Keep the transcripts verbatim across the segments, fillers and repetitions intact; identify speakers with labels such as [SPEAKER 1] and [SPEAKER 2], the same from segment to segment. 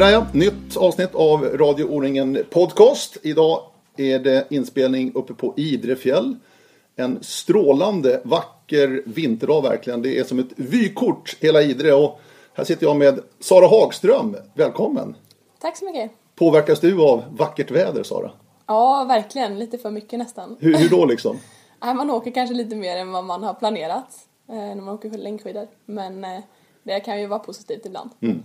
[SPEAKER 1] Sådär ja, nytt avsnitt av Radio O-ringen podcast. Idag är det inspelning uppe på Idrefjäll. En strålande, vacker vinterdag verkligen. Det är som ett vykort hela Idre. Och här sitter jag med Sara Hagström. Välkommen.
[SPEAKER 2] Tack så mycket.
[SPEAKER 1] Påverkas du av vackert väder, Sara?
[SPEAKER 2] Ja, verkligen. Lite för mycket nästan.
[SPEAKER 1] Hur, hur då liksom?
[SPEAKER 2] Nej, man åker kanske lite mer än vad man har planerat eh, när man åker längdskidor. Men eh, det kan ju vara positivt ibland.
[SPEAKER 1] Mm.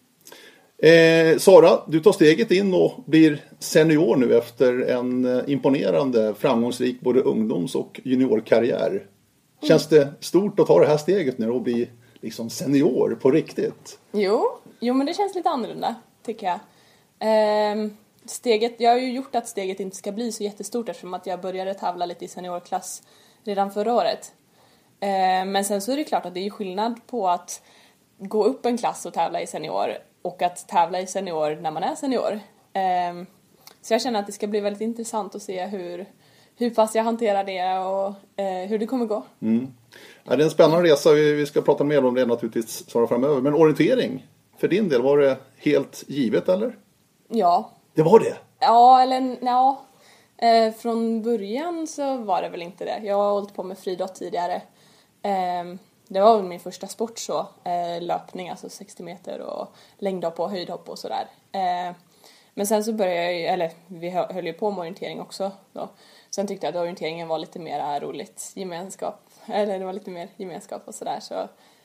[SPEAKER 1] Eh, Sara, du tar steget in och blir senior nu efter en imponerande, framgångsrik både ungdoms- och juniorkarriär. Känns mm. det stort att ta det här steget nu och bli liksom senior på riktigt?
[SPEAKER 2] Jo, jo men det känns lite annorlunda tycker jag. Eh, steget, jag har ju gjort att steget inte ska bli så jättestort eftersom att jag började tävla lite i seniorklass redan förra året. Eh, men sen så är det klart att det är skillnad på att gå upp en klass och tävla i senior och att tävla i senior när man är senior. Um, så jag känner att det ska bli väldigt intressant att se hur, hur pass jag hanterar det och uh, hur det kommer gå.
[SPEAKER 1] Mm. Ja, det är en spännande resa. Vi, vi ska prata mer om det naturligtvis Sara framöver. Men orientering, för din del, var det helt givet eller?
[SPEAKER 2] Ja.
[SPEAKER 1] Det var det?
[SPEAKER 2] Ja, eller ja. Uh, från början så var det väl inte det. Jag har hållit på med friidrott tidigare. Um, Det var min första sport så, eh, löpning, alltså sextio meter och längdhopp och höjdhopp och sådär. Eh, men sen så började jag ju, eller vi höll ju på med orientering också då. Sen tyckte jag att orienteringen var lite mer roligt, gemenskap, eller det var lite mer gemenskap och sådär. Så,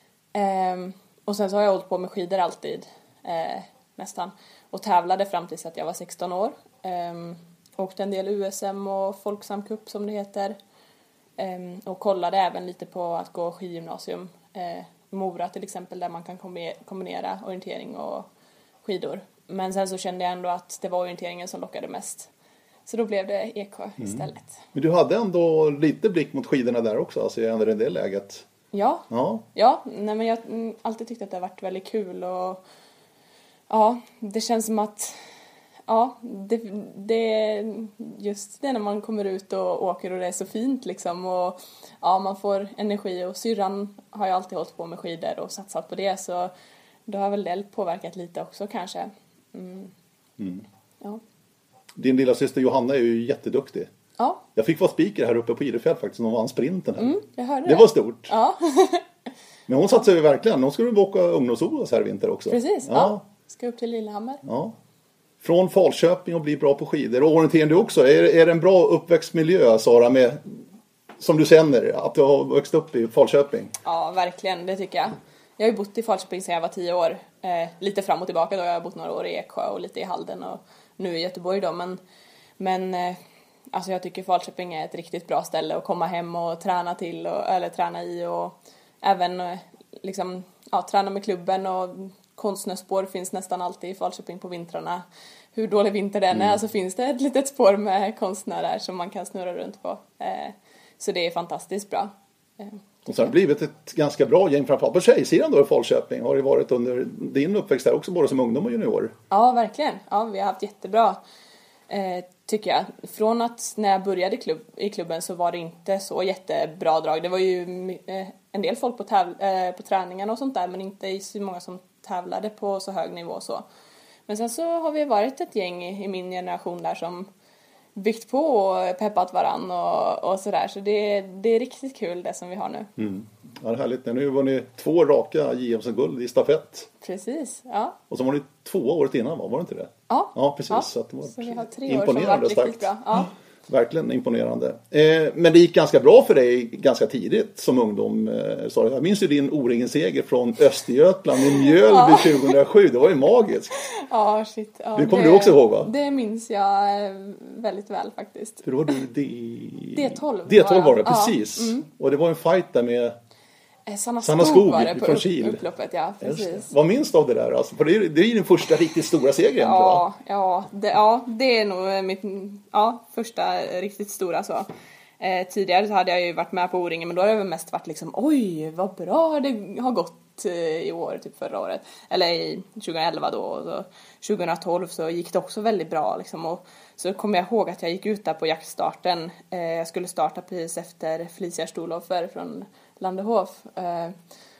[SPEAKER 2] eh, och sen så har jag hållit på med skidor alltid, eh, nästan. Och tävlade fram tills att jag var sexton år. Eh, åkte en del U S M och Folksam Cup som det heter. Um, och kollade även lite på att gå skidgymnasium uh, Mora till exempel där man kan kombinera orientering och skidor. Men sen så kände jag ändå att det var orienteringen som lockade mest. Så då blev det Eksjö mm. istället.
[SPEAKER 1] Men du hade ändå lite blick mot skidorna där också, alltså i det, det läget.
[SPEAKER 2] Ja,
[SPEAKER 1] ja.
[SPEAKER 2] ja nej, men jag har alltid tyckt att det har varit väldigt kul. Och ja, det känns som att ja, det, det just det när man kommer ut och åker och det är så fint liksom och ja, man får energi och syrran har ju alltid hållit på med skidor och satsat på det så då har väl det påverkat lite också kanske. Mm. Mm. Ja.
[SPEAKER 1] Din lilla syster Johanna är ju jätteduktig.
[SPEAKER 2] Ja.
[SPEAKER 1] Jag fick vara speaker här uppe på Idrefjäll faktiskt när hon vann sprinten här.
[SPEAKER 2] Mm, jag hörde
[SPEAKER 1] det. Det var stort.
[SPEAKER 2] Ja.
[SPEAKER 1] Men hon satsade ju verkligen. Hon skulle åka ungdoms-O S här i vinter också.
[SPEAKER 2] Precis, ja. ja. Ska upp till Lillehammer.
[SPEAKER 1] Ja. Från Falköping och bli bra på skidor. Och orientering du också. Är, är det en bra uppväxtmiljö, Sara, med, som du känner, att du har växt upp i Falköping?
[SPEAKER 2] Ja, verkligen. Det tycker jag. Jag har ju bott i Falköping sedan jag var tio år. Eh, lite fram och tillbaka då. Jag har bott några år i Eksjö och lite i Halden och nu i Göteborg då. Men, men eh, alltså jag tycker Falköping är ett riktigt bra ställe att komma hem och träna till. Och, eller träna i och även eh, liksom, ja, träna med klubben och konstnärsspår finns nästan alltid i Falköping på vintrarna. Hur dålig vinter den är mm. så finns det ett litet spår med konstnärer som man kan snurra runt på. Eh, så det är fantastiskt bra. Eh,
[SPEAKER 1] och så har det blivit ett ganska bra gäng framförallt på tjejsidan då i Falköping. Har det varit under din uppväxt där också både som ungdom och junior?
[SPEAKER 2] Ja, verkligen. Ja, vi har haft jättebra eh, tycker jag. Från att när jag började klubb, i klubben så var det inte så jättebra drag. Det var ju eh, en del folk på, täv- eh, på träningarna och sånt där men inte så många som tävlade på så hög nivå så. Men sen så har vi varit ett gäng i min generation där som byggt på och peppat varann och, och sådär. Så det, det är riktigt kul det som vi har nu.
[SPEAKER 1] Mm. Ja, det är härligt. Nu var ni två raka J M S-guld i stafett.
[SPEAKER 2] Precis, ja.
[SPEAKER 1] Och så var ni två året innan, va? Var det inte det?
[SPEAKER 2] Ja.
[SPEAKER 1] Ja, precis.
[SPEAKER 2] Ja.
[SPEAKER 1] Så, att det var
[SPEAKER 2] så vi har tre år som varit riktigt
[SPEAKER 1] starkt.
[SPEAKER 2] bra. Ja.
[SPEAKER 1] Verkligen imponerande. Eh, men det gick ganska bra för dig ganska tidigt som ungdom. Eh, så jag minns ju din O-ringen-seger från Östergötland i Mjölby ja. tjugohundrasju. Det var ju magiskt.
[SPEAKER 2] Ja, shit. Ja,
[SPEAKER 1] det kommer
[SPEAKER 2] det,
[SPEAKER 1] du också ihåg, va?
[SPEAKER 2] Det minns jag väldigt väl faktiskt.
[SPEAKER 1] För då var du D...
[SPEAKER 2] D tolv.
[SPEAKER 1] D tolv var det,
[SPEAKER 2] ja.
[SPEAKER 1] precis. Mm. Och det var en fight där med
[SPEAKER 2] Sanna,
[SPEAKER 1] Sanna
[SPEAKER 2] Skog,
[SPEAKER 1] Skog
[SPEAKER 2] var det på
[SPEAKER 1] från
[SPEAKER 2] upp,
[SPEAKER 1] Kil.
[SPEAKER 2] upploppet, ja, precis.
[SPEAKER 1] Vad minns du av det där? Alltså, för det är, det är ju din första riktigt stora seger
[SPEAKER 2] ja,
[SPEAKER 1] va?
[SPEAKER 2] Ja, det, ja, det är nog mitt ja, första riktigt stora så. Eh, tidigare så hade jag ju varit med på O-ringen men då har det väl mest varit liksom oj, vad bra det har gått eh, i år, typ förra året. Eller i tjugoelva då och så tjugotolv så gick det också väldigt bra liksom. Och så kommer jag ihåg att jag gick ut där på jaktstarten. Eh, jag skulle starta precis efter Felicia Stoloffer från Landehof. Eh,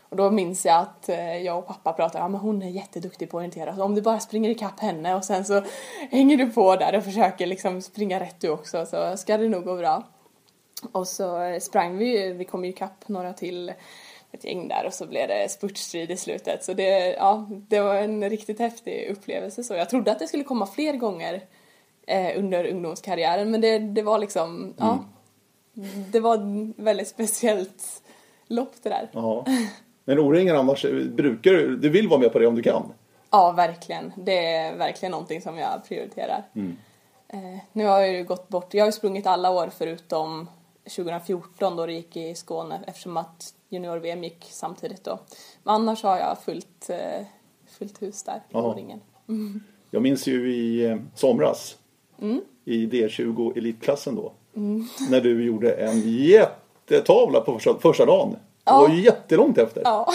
[SPEAKER 2] Och då minns jag att eh, jag och pappa pratade, ja men hon är jätteduktig på att orientera. Så om du bara springer ikapp henne och sen så hänger du på där och försöker liksom springa rätt du också, så ska det nog gå bra. Och så sprang vi, vi kom ju ikapp några till ett gäng där och så blev det spurtstrid i slutet. Så det, ja, det var en riktigt häftig upplevelse. Så jag trodde att det skulle komma fler gånger eh, under ungdomskarriären, men det, det var liksom, mm. ja, det var ett väldigt speciellt lopp det där.
[SPEAKER 1] Ja. Men O-ringen annars, brukar du, du vill vara med på det om du kan?
[SPEAKER 2] Ja, verkligen. Det är verkligen någonting som jag prioriterar. Mm. Eh, nu har jag ju gått bort, jag har ju sprungit alla år förutom tjugo fjorton då det gick i Skåne, eftersom att junior-V M gick samtidigt då. Men annars har jag fullt, eh, fullt hus där på O-ringen. Mm.
[SPEAKER 1] Jag minns ju i eh, somras mm. i D tjugo elitklassen då. Mm. När du gjorde en jättetavla på första, första dagen. Det ja. var ju jättelångt efter.
[SPEAKER 2] Ja.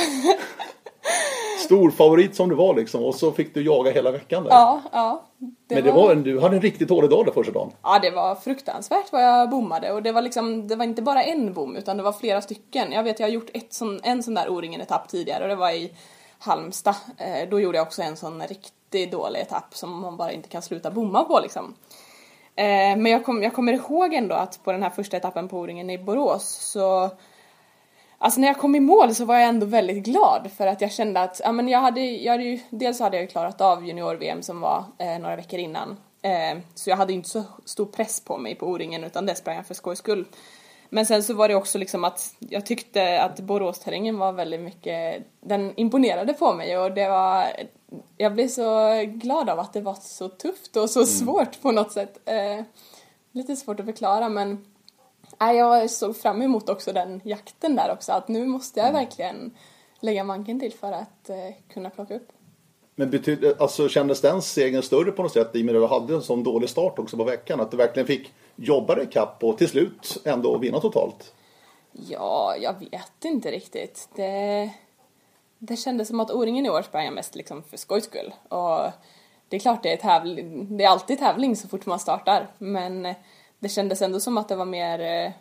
[SPEAKER 1] Stor favorit som du var liksom. Och så fick du jaga hela veckan där.
[SPEAKER 2] Ja, ja.
[SPEAKER 1] Det Men det var... var en, du hade en riktigt dålig dag där första dagen.
[SPEAKER 2] Ja, det var fruktansvärt vad jag bommade. Och det var liksom, det var inte bara en bom utan det var flera stycken. Jag vet, jag har gjort ett sån, en sån där O-ringen-etapp tidigare. Och det var i Halmstad. Eh, då gjorde jag också en sån riktigt dålig etapp som man bara inte kan sluta bomma på liksom. Eh, men jag, kom, jag kommer ihåg ändå att på den här första etappen på O-ringen i Borås så... Alltså när jag kom i mål så var jag ändå väldigt glad för att jag kände att ja, men jag hade, jag hade ju, dels så hade jag ju klarat av junior-V M som var eh, några veckor innan. Eh, så jag hade ju inte så stor press på mig på O-ringen utan det sprang jag för skojs skull. Men sen så var det också liksom att jag tyckte att Borås-terrängen var väldigt mycket, den imponerade på mig och det var, jag blev så glad av att det var så tufft och så mm. svårt på något sätt. Eh, lite svårt att förklara men... Jag såg fram emot också den jakten där också. Att nu måste jag mm. verkligen lägga manken till för att eh, kunna plocka upp.
[SPEAKER 1] Men betyd, alltså, kändes den segern större på något sätt i och med att du hade en sån dålig start också på veckan? Att du verkligen fick jobba dig kapp och till slut ändå vinna totalt?
[SPEAKER 2] Ja, jag vet inte riktigt. Det, det kändes som att O-ringen i år sprang jag mest liksom för skojs skull. Och det är klart det är, tävling, det är alltid tävling så fort man startar. Men... Det kändes ändå som att det var mer,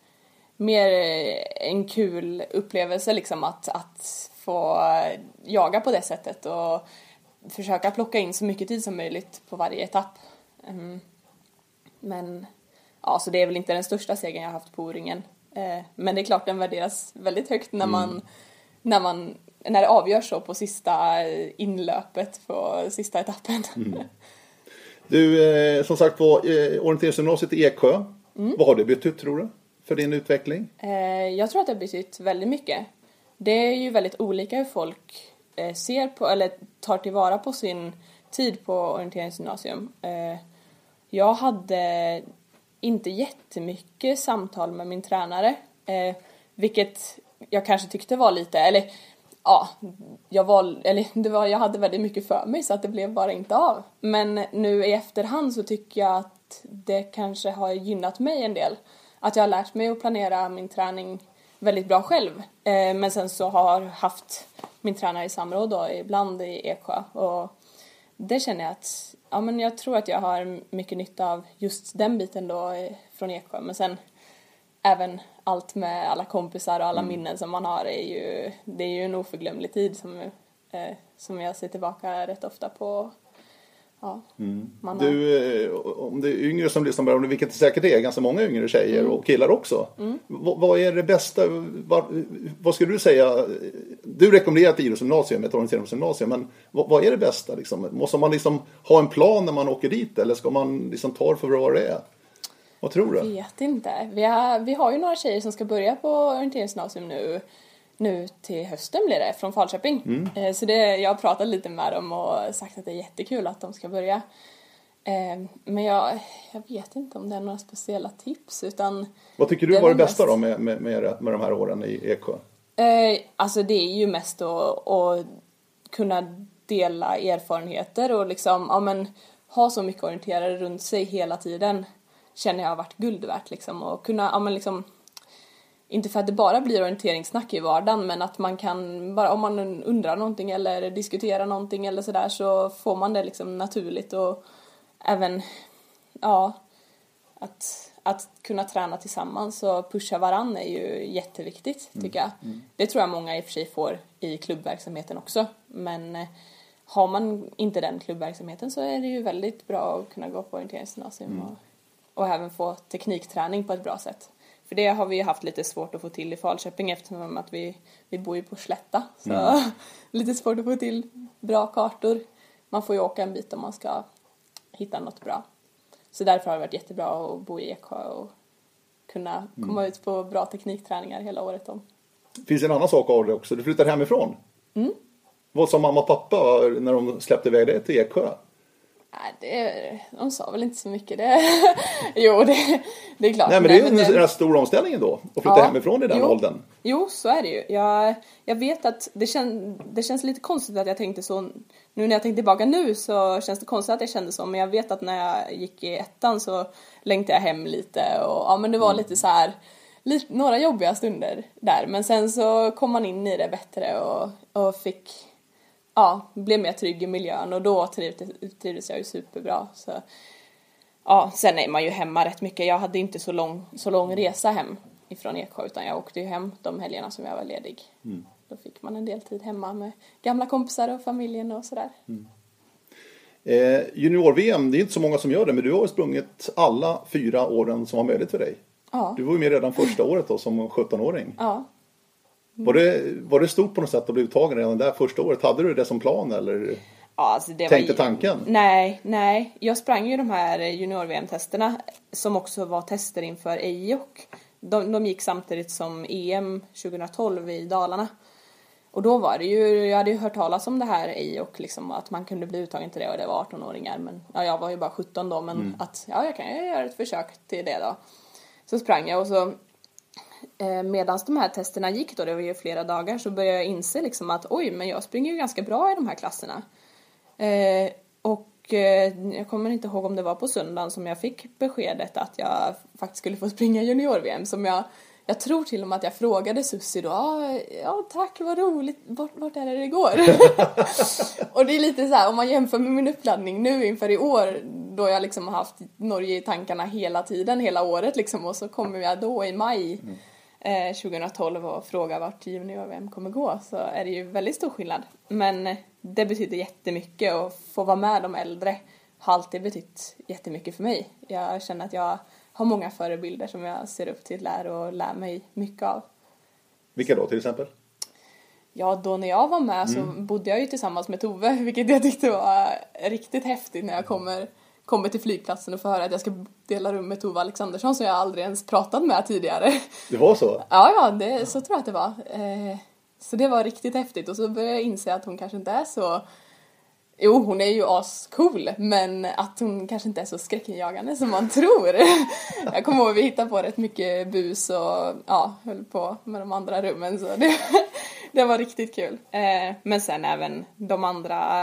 [SPEAKER 2] mer en kul upplevelse liksom att, att få jaga på det sättet och försöka plocka in så mycket tid som möjligt på varje etapp. Mm. Men ja, så det är väl inte den största segern jag har haft på O-ringen. Eh, men det är klart den värderas väldigt högt när man, mm. när man när det avgörs så på sista inlöpet på sista etappen. Mm.
[SPEAKER 1] Du, eh, som sagt var, eh, orienteringsgymnasiet i Eksjö. Mm. Vad har det betytt, tror du, för din utveckling?
[SPEAKER 2] Eh, jag tror att det har betytt väldigt mycket. Det är ju väldigt olika hur folk eh, ser på, eller tar tillvara på sin tid på orienteringsgymnasium. Eh, jag hade inte jättemycket samtal med min tränare. Eh, vilket jag kanske tyckte var lite, eller... Ja, jag, var, eller det var, jag hade väldigt mycket för mig så att det blev bara inte av. Men nu i efterhand så tycker jag att det kanske har gynnat mig en del. Att jag har lärt mig att planera min träning väldigt bra själv. Eh, men sen så har haft min tränare i samråd då, ibland i Eksjö. Och det känner jag att ja, men jag tror att jag har mycket nytta av just den biten då från Eksjö. Men sen... Även allt med alla kompisar och alla mm. minnen som man har är ju, det är ju en oförglömlig tid som, eh, som jag ser tillbaka rätt ofta på. Ja,
[SPEAKER 1] mm. man har... Du, om det är yngre som lyssnar på det, vilket det säkert är, ganska många yngre tjejer mm. och killar också. Mm. V- vad är det bästa, vad, vad skulle du säga, du rekommenderar ett idrottsgymnasium, ett orienteringsgymnasium, men vad, vad är det bästa? Liksom? Måste man liksom ha en plan när man åker dit eller ska man liksom ta det för vad det är? Vad tror du?
[SPEAKER 2] Jag vet inte. Vi har, vi har ju några tjejer som ska börja på orienteringsgymnasium nu, nu till hösten blir det, från Falköping. Mm. Så det, jag har pratat lite med dem och sagt att det är jättekul att de ska börja. Men jag, jag vet inte om det är några speciella tips. Utan
[SPEAKER 1] vad tycker du var det bästa mest... då med, med, med, med de här åren i Eksjö?
[SPEAKER 2] Alltså det är ju mest att, att kunna dela erfarenheter och liksom, ja, men, ha så mycket orienterare runt sig hela tiden. Känner jag har varit guld värt liksom. Och kunna, ja men liksom, inte för att det bara blir orienteringssnack i vardagen, men att man kan, bara om man undrar någonting eller diskuterar någonting eller sådär, så får man det liksom naturligt. Och även, ja, att, att kunna träna tillsammans och pusha varann är ju jätteviktigt tycker jag. Mm. Mm. Det tror jag många i och för sig får i klubbverksamheten också. Men eh, har man inte den klubbverksamheten så är det ju väldigt bra att kunna gå på orienteringsgymnasium mm. och, och även få teknikträning på ett bra sätt. För det har vi ju haft lite svårt att få till i Falköping eftersom att vi, vi bor ju på slätta. Så mm. lite svårt att få till bra kartor. Man får ju åka en bit om man ska hitta något bra. Så därför har det varit jättebra att bo i Eksjö och kunna komma mm. ut på bra teknikträningar hela året om.
[SPEAKER 1] Finns en annan sak av det också. Du flyttade hemifrån. Mm. Vad sa mamma och pappa när de släppte iväg dig till Eksjö?
[SPEAKER 2] Nej, det, de sa väl inte så mycket. Det, jo, det, det är klart.
[SPEAKER 1] Nej, men det är ju en det, stor omställning då. Att flytta ja, hemifrån i den
[SPEAKER 2] jo,
[SPEAKER 1] åldern.
[SPEAKER 2] Jo, så är det ju. Jag, jag vet att det, kän, det känns lite konstigt att jag tänkte så. Nu när jag tänkte tillbaka nu så känns det konstigt att jag kände så. Men jag vet att när jag gick i ettan så längtade jag hem lite. Och ja, men det var mm. lite så här... Lite, några jobbiga stunder där. Men sen så kom man in i det bättre och, och fick... Ja, blev mer trygg i miljön och då trivdes, trivdes jag ju superbra. Så, ja, sen är man ju hemma rätt mycket. Jag hade inte så lång, så lång resa hem ifrån Eksjö utan jag åkte ju hem de helgerna som jag var ledig. Mm. Då fick man en del tid hemma med gamla kompisar och familjen och sådär. Mm.
[SPEAKER 1] Eh, junior-V M, det är inte så många som gör det men du har ju sprungit alla fyra åren som var möjligt för dig. Ja. Du var ju med redan första året då som sjuttonåring.
[SPEAKER 2] Ja.
[SPEAKER 1] Var det, var det stort på något sätt att bli uttagen redan där första året? Hade du det som plan eller
[SPEAKER 2] ja, alltså det
[SPEAKER 1] tänkte
[SPEAKER 2] var,
[SPEAKER 1] tanken?
[SPEAKER 2] Nej, nej. Jag sprang ju de här junior-V M-testerna som också var tester inför E I O C. De, de gick samtidigt som E M tjugohundratolv i Dalarna. Och då var det ju, jag hade ju hört talas om det här E I O C liksom, att man kunde bli uttagen till det och det var arton-åringar. Men ja, jag var ju bara sjutton då, men mm. att ja, jag kan ju göra ett försök till det då. Så sprang jag och så medan de här testerna gick då, det var ju flera dagar, så började jag inse liksom att oj, men jag springer ju ganska bra i de här klasserna. Eh, och eh, jag kommer inte ihåg om det var på söndagen som jag fick beskedet att jag faktiskt skulle få springa junior-V M. Som jag, jag tror till och med att jag frågade Susie då, ah, ja tack, vad roligt, vart, vart är det det går? Och det är lite så här, om man jämför med min uppladdning nu inför i år, då jag liksom har haft Norge i tankarna hela tiden, hela året liksom, och så kommer jag då i maj mm. eh, tjugohundratolv och frågar vart junior-V M kommer gå, så är det ju väldigt stor skillnad. Men det betyder jättemycket och få vara med de äldre har alltid betytt jättemycket för mig. Jag känner att jag har många förebilder som jag ser upp till, lär och lär mig mycket av.
[SPEAKER 1] Vilka då till exempel?
[SPEAKER 2] Ja, då när jag var med så mm. bodde jag ju tillsammans med Tove, vilket jag tyckte var riktigt häftigt när jag kommer, kommer till flygplatsen och får höra att jag ska dela rum med Tove Alexandersson som jag aldrig ens pratat med tidigare.
[SPEAKER 1] Det var så?
[SPEAKER 2] Ja, ja det, så tror jag att det var. Eh, så det var riktigt häftigt och så började jag inse att hon kanske inte är så... Jo, hon är ju ascool, men att hon kanske inte är så skräckinjagande som man tror. Jag kommer ihåg att vi hittade på rätt mycket bus och ja, höll på med de andra rummen, så det, det var riktigt kul. Eh, men sen även de andra,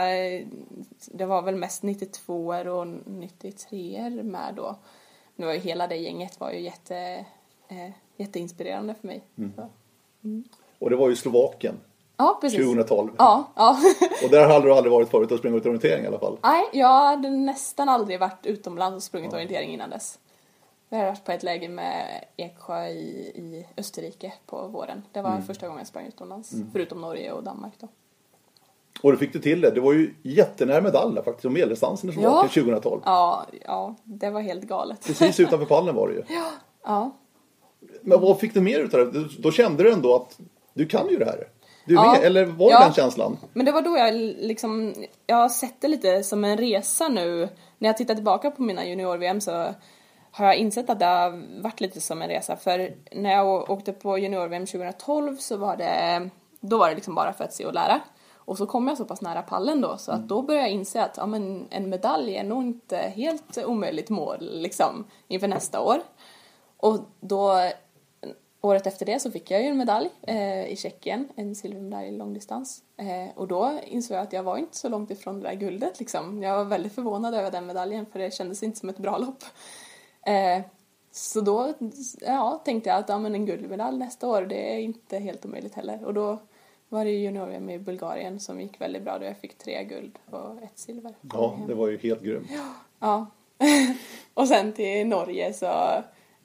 [SPEAKER 2] det var väl mest nittiotvå och nittiotre med då. Det var ju hela det gänget var ju jätte, eh, jätteinspirerande för mig. Mm. Så. Mm.
[SPEAKER 1] Och det var ju Slovakien.
[SPEAKER 2] Ja, precis.
[SPEAKER 1] tjugohundratolv.
[SPEAKER 2] Ja, ja.
[SPEAKER 1] Och där hade du aldrig varit förut och sprungit orientering i alla fall?
[SPEAKER 2] Nej, jag hade nästan aldrig varit utomlands och sprungit ja. orientering innan dess. Jag har varit på ett läger med Eksjö i, i Österrike på våren. Det var mm. första gången jag sprang utomlands, mm. förutom Norge och Danmark då. Och
[SPEAKER 1] du fick det till det. Det var ju jättenära medalj faktiskt, om medeldistansen som
[SPEAKER 2] ja.
[SPEAKER 1] var till tjugohundratolv.
[SPEAKER 2] Ja, ja, det var helt galet.
[SPEAKER 1] Precis utanför pallen var det ju.
[SPEAKER 2] Ja, ja.
[SPEAKER 1] Men vad fick du mer utav det? Då kände du ändå att du kan ju det här. Du är ja. med, eller var det ja. den känslan?
[SPEAKER 2] Men det var då jag liksom, jag har sett det lite som en resa nu. När jag tittar tillbaka på mina junior-V M så har jag insett att det har varit lite som en resa. För när jag åkte på junior-V M tjugohundratolv så var det, då var det liksom bara för att se och lära. Och så kom jag så pass nära pallen då, så att då började jag inse att ja, men en medalj är nog inte helt omöjligt mål liksom, inför nästa år. Och då... Året efter det så fick jag ju en medalj eh, i Tjeckien, en silvermedalj i långdistans. Eh, och då insåg jag att jag var inte så långt ifrån det där guldet. Liksom. Jag var väldigt förvånad över den medaljen för det kändes inte som ett bra lopp. Eh, så då ja, tänkte jag att ja, men en guldmedalj nästa år, det är inte helt omöjligt heller. Och då var det junior-V M i Bulgarien som gick väldigt bra då jag fick tre guld och ett silver.
[SPEAKER 1] Ja, det var ju helt grymt.
[SPEAKER 2] Ja, ja. Och sen till Norge så...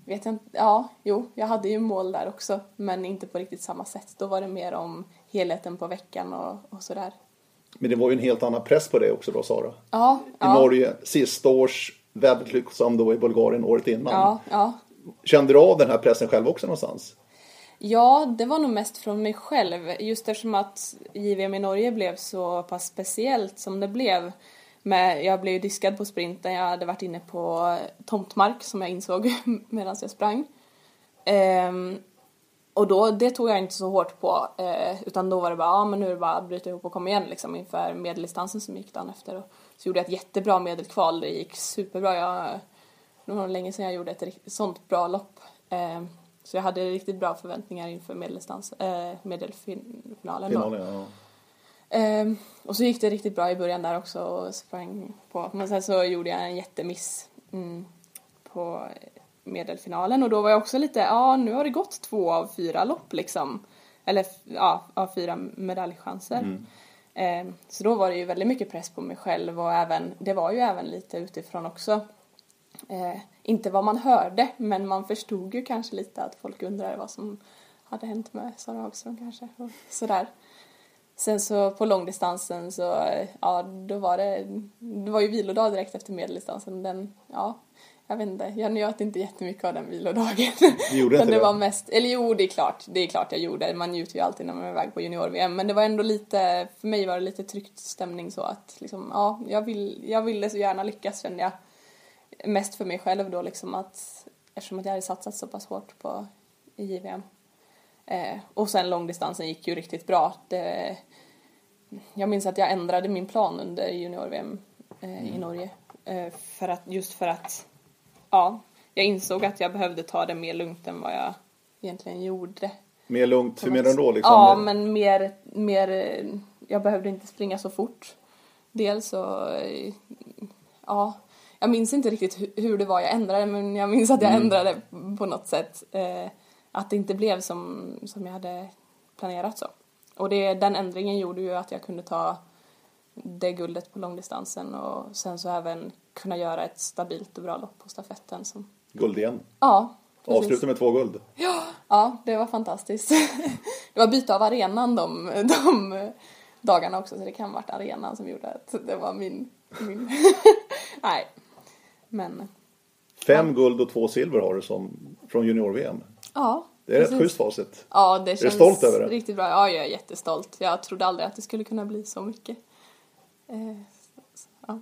[SPEAKER 2] vet jag inte, ja, jo, jag hade ju mål där också, men inte på riktigt samma sätt. Då var det mer om helheten på veckan och, och sådär.
[SPEAKER 1] Men det var ju en helt annan press på det också då, Sara.
[SPEAKER 2] Ja,
[SPEAKER 1] I
[SPEAKER 2] ja.
[SPEAKER 1] Norge, sista års väldigt lyckosam då i Bulgarien året innan.
[SPEAKER 2] Ja, ja.
[SPEAKER 1] Kände du av den här pressen själv också någonstans?
[SPEAKER 2] Ja, det var nog mest från mig själv. Just eftersom att J V M i Norge blev så pass speciellt som det blev. Med, jag blev ju diskad på sprinten. Jag hade varit inne på tomtmark som jag insåg medan jag sprang. Ehm, och då, det tog jag inte så hårt på. Eh, utan då var det bara, ja men nu är det bara att bryta ihop och komma igen liksom, inför medeldistansen som gick dagen efter. Och så gjorde jag ett jättebra medelkval. Det gick superbra. Jag, det var länge sedan jag gjorde ett riktigt, sånt bra lopp. Ehm, så jag hade riktigt bra förväntningar inför medeldistans, eh, medelfinalen då.
[SPEAKER 1] Finalen, ja.
[SPEAKER 2] Um, och så gick det riktigt bra i början där också och sprang på. Men sen så gjorde jag en jättemiss mm, på medelfinalen. Och då var jag också lite, ja nu har det gått två av fyra lopp liksom. Eller ja, av fyra medaljchanser. Mm. Um, så då var det ju väldigt mycket press på mig själv. Och även, det var ju även lite utifrån också. Uh, inte vad man hörde, men man förstod ju kanske lite att folk undrade vad som hade hänt med Sara Hagström kanske. Och sådär. Sen så på långdistansen så, ja, då var det, det var ju vilodag direkt efter medeldistansen. Den, ja, jag vet inte, jag njöt inte jättemycket av den vilodagen.
[SPEAKER 1] Du gjorde inte
[SPEAKER 2] det?
[SPEAKER 1] det?
[SPEAKER 2] Var mest, eller jo, det är klart, det är klart jag gjorde. Man njuter ju alltid när man är iväg på junior-V M. Men det var ändå lite, för mig var det lite tryckt stämning så att, liksom, ja, jag, vill, jag ville så gärna lyckas, kände jag. Mest för mig själv då, liksom att, eftersom att jag hade satsat så pass hårt på i J V M. Eh, och sen långdistansen gick ju riktigt bra. Det, jag minns att jag ändrade min plan under junior-V M eh, mm. i Norge. Eh, för att, just för att ja, jag insåg att jag behövde ta det mer lugnt än vad jag egentligen gjorde.
[SPEAKER 1] Mer lugnt, för mer än då liksom?
[SPEAKER 2] Ja, men mer, mer, jag behövde inte springa så fort. Dels så, ja, jag minns inte riktigt hur, hur det var jag ändrade, men jag minns att jag mm. ändrade på något sätt. Eh, Att det inte blev som, som jag hade planerat så. Och det, den ändringen gjorde ju att jag kunde ta det guldet på långdistansen. Och sen så även kunna göra ett stabilt och bra lopp på stafetten. Som...
[SPEAKER 1] Guld igen?
[SPEAKER 2] Ja. Precis.
[SPEAKER 1] Avsluta med två guld?
[SPEAKER 2] Ja, ja, det var fantastiskt. Det var byte av arenan de, de dagarna också. Så det kan ha varit arenan som gjorde att det var min... min... Nej, men...
[SPEAKER 1] Fem
[SPEAKER 2] ja.
[SPEAKER 1] guld och två silver har du som, från junior-V M.
[SPEAKER 2] Ja.
[SPEAKER 1] Det är
[SPEAKER 2] precis.
[SPEAKER 1] ett schysst facit.
[SPEAKER 2] Ja, det känns
[SPEAKER 1] är du stolt över det?
[SPEAKER 2] Riktigt bra. Ja, jag är jättestolt. Jag trodde aldrig att det skulle kunna bli så mycket. Eh, så, ja.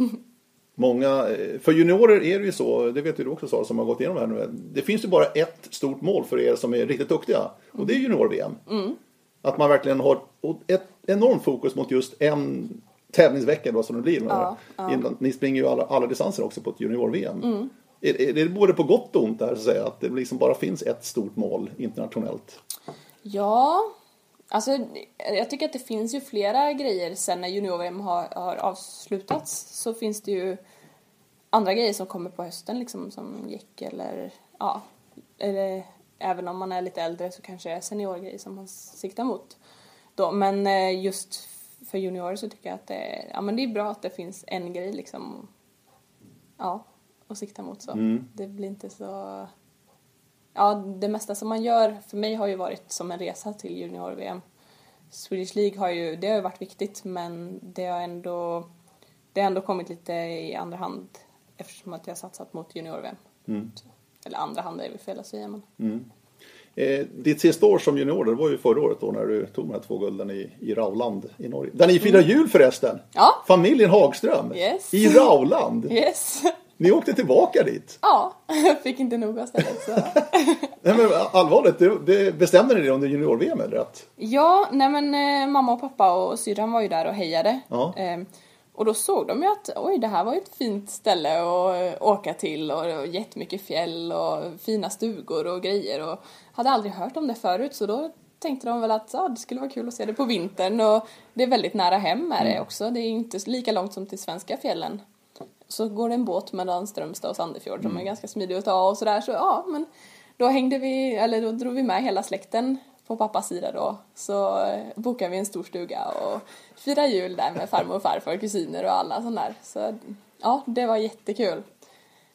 [SPEAKER 1] Många, för juniorer är det ju så, det vet du också Sara som har gått igenom det här nu. Det finns ju bara ett stort mål för er som är riktigt duktiga. Och det är junior-V M. Mm. Att man verkligen har ett enormt fokus mot just en tävlingsvecka då som det blir.
[SPEAKER 2] Ja, ja.
[SPEAKER 1] Ni springer ju alla, alla distanser också på ett junior-V M.
[SPEAKER 2] Mm.
[SPEAKER 1] Är, är det både på gott och ont där, så att säga, att det liksom bara finns ett stort mål internationellt?
[SPEAKER 2] Ja, alltså jag tycker att det finns ju flera grejer sen när junior-V M har, har avslutats, så finns det ju andra grejer som kommer på hösten liksom, som gick eller ja, eller även om man är lite äldre så kanske det är seniorgrejer som man siktar mot då, men just för juniorer så tycker jag att det, ja, men det är bra att det finns en grej liksom, ja, att sikta mot så. Mm. Det blir inte så... Ja, det mesta som man gör för mig har ju varit som en resa till junior-V M. Swedish League har ju, det har ju varit viktigt, men det har ändå, det har ändå kommit lite i andra hand eftersom att jag har satsat mot junior-V M. Mm. Eller andra hand är det fel att säga, men... Mm.
[SPEAKER 1] Eh, ditt sista år som junior, det var ju förra året då när du tog de här två gulden i, i Rauland i Norge. Där ni firar mm. jul förresten. Ja. Familjen Hagström.
[SPEAKER 2] Yes.
[SPEAKER 1] I Rauland.
[SPEAKER 2] Yes.
[SPEAKER 1] Ni åkte tillbaka dit.
[SPEAKER 2] Ja, jag fick inte nog av stället. Så.
[SPEAKER 1] Nej, men allvarligt, det, det bestämde ni det under junior-V M eller rätt?
[SPEAKER 2] Ja, nej men eh, mamma och pappa och syrran var ju där och hejade.
[SPEAKER 1] Ja.
[SPEAKER 2] Eh, och då såg de ju att oj, det här var ju ett fint ställe att åka till. Och, och jättemycket fjäll och fina stugor och grejer. Och hade aldrig hört om det förut, så då tänkte de väl att ja, det skulle vara kul att se det på vintern. Och det är väldigt nära hem är det mm. också. Det är inte lika långt som till svenska fjällen. Så går det en båt mellan Strömstad och Sandefjord som mm. är ganska smidig att ta och sådär. Så ja, men då hängde vi, eller då drog vi med hela släkten på pappas sida då. Så bokade vi en stor stuga och firade jul där med farmor och farfar och kusiner och alla sådana där. Så ja, det var jättekul.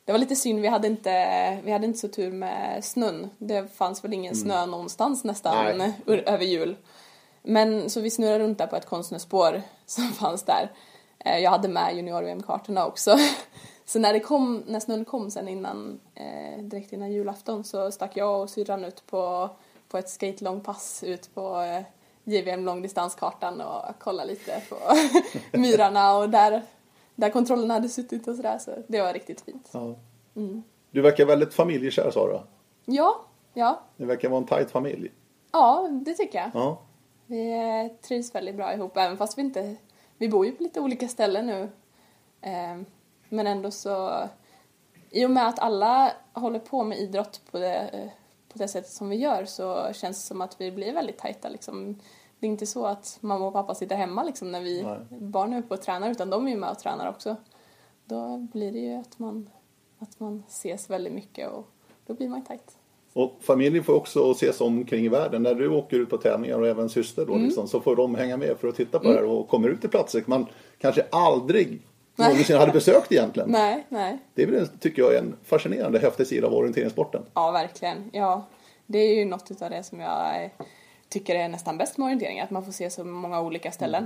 [SPEAKER 2] det var lite synd, vi hade inte, vi hade inte så tur med snön. Det fanns väl ingen mm. snö någonstans nästan ur, över jul. Men så vi snurrade runt där på ett konstnärsspår som fanns där. Jag hade med junior-V M-kartorna också. Så när det kom, när snön kom sen innan, eh, direkt innan julafton, så stack jag och syrran ut på, på ett skate-långpass ut på eh, J V M långdistanskartan och kolla lite på myrarna och där, där kontrollen hade suttit och sådär. Så det var riktigt fint.
[SPEAKER 1] Ja. Mm. Du verkar väldigt familjekär, Sara.
[SPEAKER 2] Ja, ja.
[SPEAKER 1] Det verkar vara en tajt familj.
[SPEAKER 2] Ja, det tycker jag.
[SPEAKER 1] Ja.
[SPEAKER 2] Vi eh, trivs väldigt bra ihop, även fast vi inte, vi bor ju på lite olika ställen nu. Eh, men ändå så, i och med att alla håller på med idrott på det, på det sättet som vi gör, så känns det som att vi blir väldigt tajta liksom. Det är inte så att mamma och pappa sitter hemma liksom när vi Nej. barn är uppe och tränar, utan de är ju med och tränar också. Då blir det ju att man, att man ses väldigt mycket och då blir man tajt.
[SPEAKER 1] Och familjen får också ses omkring i världen. När du åker ut på tävlingar och även syster då, mm. liksom, så får de hänga med för att titta på mm. det här och kommer ut till platser man kanske aldrig någonsin hade besökt egentligen.
[SPEAKER 2] Nej, nej.
[SPEAKER 1] Det är väl, tycker jag, är en fascinerande, häftig sida av orienteringssporten.
[SPEAKER 2] Ja, verkligen. Ja, det är ju något av det som jag tycker är nästan bäst med orientering. Att man får se så många olika ställen.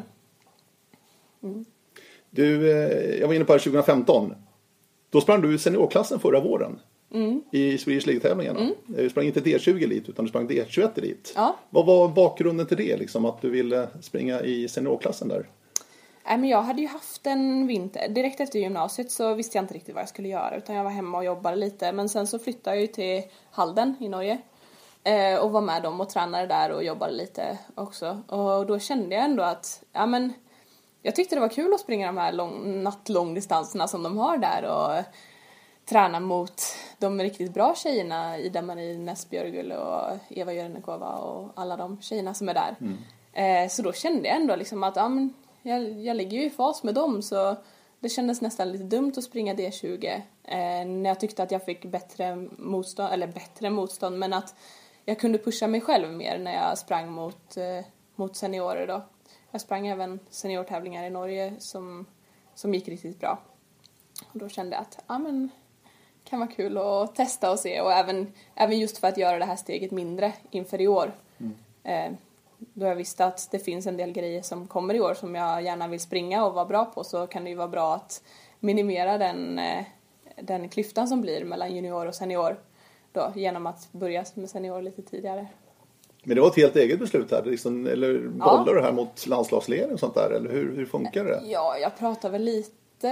[SPEAKER 2] Mm.
[SPEAKER 1] Du, jag var inne på det tjugo femton. Då sprang du seniorklassen förra våren. Mm. I Swedish League-tävlingarna. Mm. Du sprang inte D tjugo Elite utan du sprang D tjugoett Elite. Ja. Vad var bakgrunden till det? Liksom, att du ville springa i seniorklassen där?
[SPEAKER 2] Nej, men jag hade ju haft en vinter. Direkt efter gymnasiet så visste jag inte riktigt vad jag skulle göra. Utan jag var hemma och jobbade lite. Men sen så flyttade jag ju till Halden i Norge. Eh, och var med dem och tränade där och jobbade lite också. Och då kände jag ändå att ja, men, jag tyckte det var kul att springa de här lång, nattlångdistanserna som de har där. Och träna mot de riktigt bra tjejerna, Ida-Marie Näsbjörgul och Eva Jörnekova och alla de tjejerna som är där. Mm. Eh, så då kände jag ändå liksom att ja, men, jag, jag ligger ju i fas med dem, så det kändes nästan lite dumt att springa D tjugo. Eh, när jag tyckte att jag fick bättre motstånd, eller bättre motstånd, men att jag kunde pusha mig själv mer när jag sprang mot, eh, mot seniorer då. Jag sprang även seniortävlingar i Norge som, som gick riktigt bra. Och då kände jag att ja, men kan vara kul att testa och se. Och även, även just för att göra det här steget mindre inför i år. Mm. Eh, då jag visste att det finns en del grejer som kommer i år som jag gärna vill springa och vara bra på, så kan det ju vara bra att minimera den, eh, den klyftan som blir mellan junior och senior. Då, genom att börja med senior lite tidigare.
[SPEAKER 1] Men det var ett helt eget beslut här, liksom, eller bollar ja. du här mot landslagsledning och sånt där, eller hur, hur funkar det?
[SPEAKER 2] Ja, jag pratade väl lite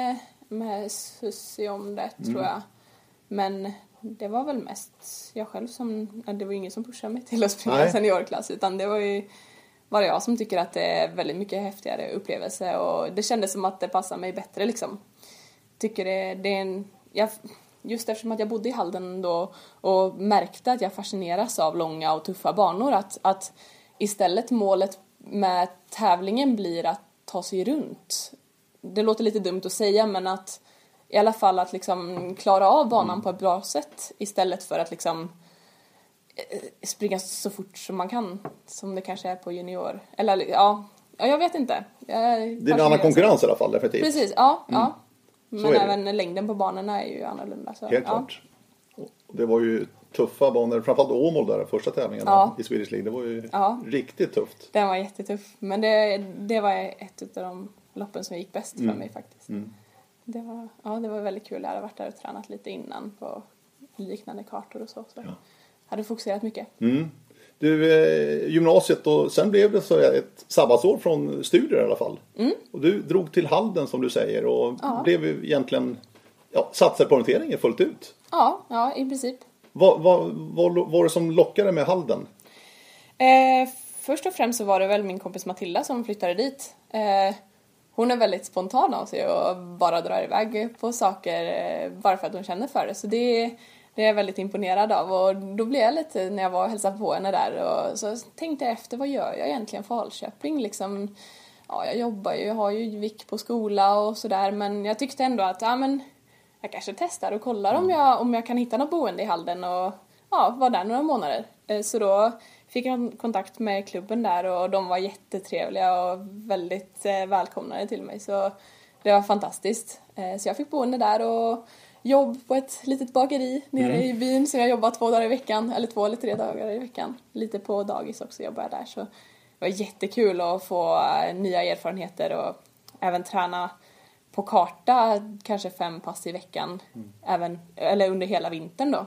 [SPEAKER 2] med Susie om det, mm. tror jag. Men det var väl mest jag själv som, det var ingen som pushade mig till att springa Nej. seniorklass, utan det var ju bara jag som tycker att det är väldigt mycket häftigare upplevelse, och det kändes som att det passar mig bättre liksom. Tycker det, det är en, jag, just eftersom att jag bodde i Halden då och märkte att jag fascineras av långa och tuffa banor, att, att istället målet med tävlingen blir att ta sig runt. Det låter lite dumt att säga, men att i alla fall att liksom klara av banan mm. på ett bra sätt, istället för att liksom springa så fort som man kan, som det kanske är på junior. Eller ja, ja jag vet inte. Jag
[SPEAKER 1] det är en annan konkurrens i alla fall, definitivt.
[SPEAKER 2] Precis, ja. Mm. ja. Men även längden på banorna är ju annorlunda. Så,
[SPEAKER 1] Helt
[SPEAKER 2] ja.
[SPEAKER 1] klart. Det var ju tuffa banor, framförallt Åmål där, första tävlingen ja. i Swedish League. Det var ju ja. riktigt tufft.
[SPEAKER 2] Den var jättetuff, men det, det var ett av de loppen som gick bäst mm. för mig faktiskt. Mm. Det var, ja, det var väldigt kul. Jag hade varit där och tränat lite innan på liknande kartor och så. Så ja. hade fokuserat mycket. Mm.
[SPEAKER 1] Du, eh, gymnasiet, och sen blev det så ett sabbatsår från studier i alla fall. Mm. Och du drog till Halden som du säger, och ja. blev ju egentligen ja, satsade på orienteringen fullt ut.
[SPEAKER 2] Ja, ja i princip.
[SPEAKER 1] Vad, vad, vad var det som lockade med Halden?
[SPEAKER 2] Eh, först och främst så var det väl min kompis Matilda som flyttade dit. Eh, hon är väldigt spontan av sig och bara drar iväg på saker eh, bara för att hon känner för det. Så det, det är jag väldigt imponerad av. Och då blev jag lite, när jag var och hälsade på henne där, och så tänkte jag efter, vad gör jag egentligen för Falköping? Liksom, ja, jag jobbar ju, jag har ju vik på skola och sådär. Men jag tyckte ändå att ja, men, jag kanske testar och kollar om jag, om jag kan hitta något boende i Halden och ja, var där några månader. Så då fick jag kontakt med klubben där, och de var jättetrevliga och väldigt eh, välkomnade till mig. Så det var fantastiskt. Eh, så jag fick boende där och jobb på ett litet bageri nere
[SPEAKER 1] Mm.
[SPEAKER 2] i byn. Så jag jobbar två dagar i veckan, eller två eller tre dagar i veckan. Lite på dagis också jobbar jag där. Så det var jättekul att få nya erfarenheter och även träna på karta kanske fem pass i veckan. Mm. Även, eller under hela vintern då.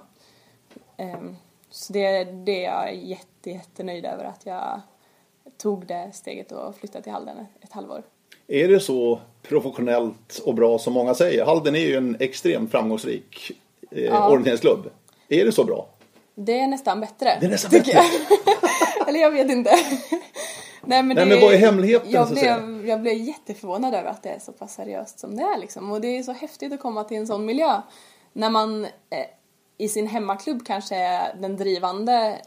[SPEAKER 2] Um, så det, det är jag jätte, jättenöjd över att jag tog det steget och flyttade till Halden ett halvår.
[SPEAKER 1] Är det så professionellt och bra som många säger? Halden är ju en extremt framgångsrik eh,
[SPEAKER 2] ja.
[SPEAKER 1] orienteringsklubb. Är det så bra?
[SPEAKER 2] Det är nästan bättre.
[SPEAKER 1] Det är nästan bättre.
[SPEAKER 2] Jag. Eller jag vet inte. Nej, men,
[SPEAKER 1] Nej,
[SPEAKER 2] det,
[SPEAKER 1] men vad är hemligheten?
[SPEAKER 2] Jag
[SPEAKER 1] så
[SPEAKER 2] blev, jag blev jätteförvånad över att det är så pass seriöst som det är. Liksom. Och det är så häftigt att komma till en sån miljö. När man eh, i sin hemmaklubb kanske är den drivande...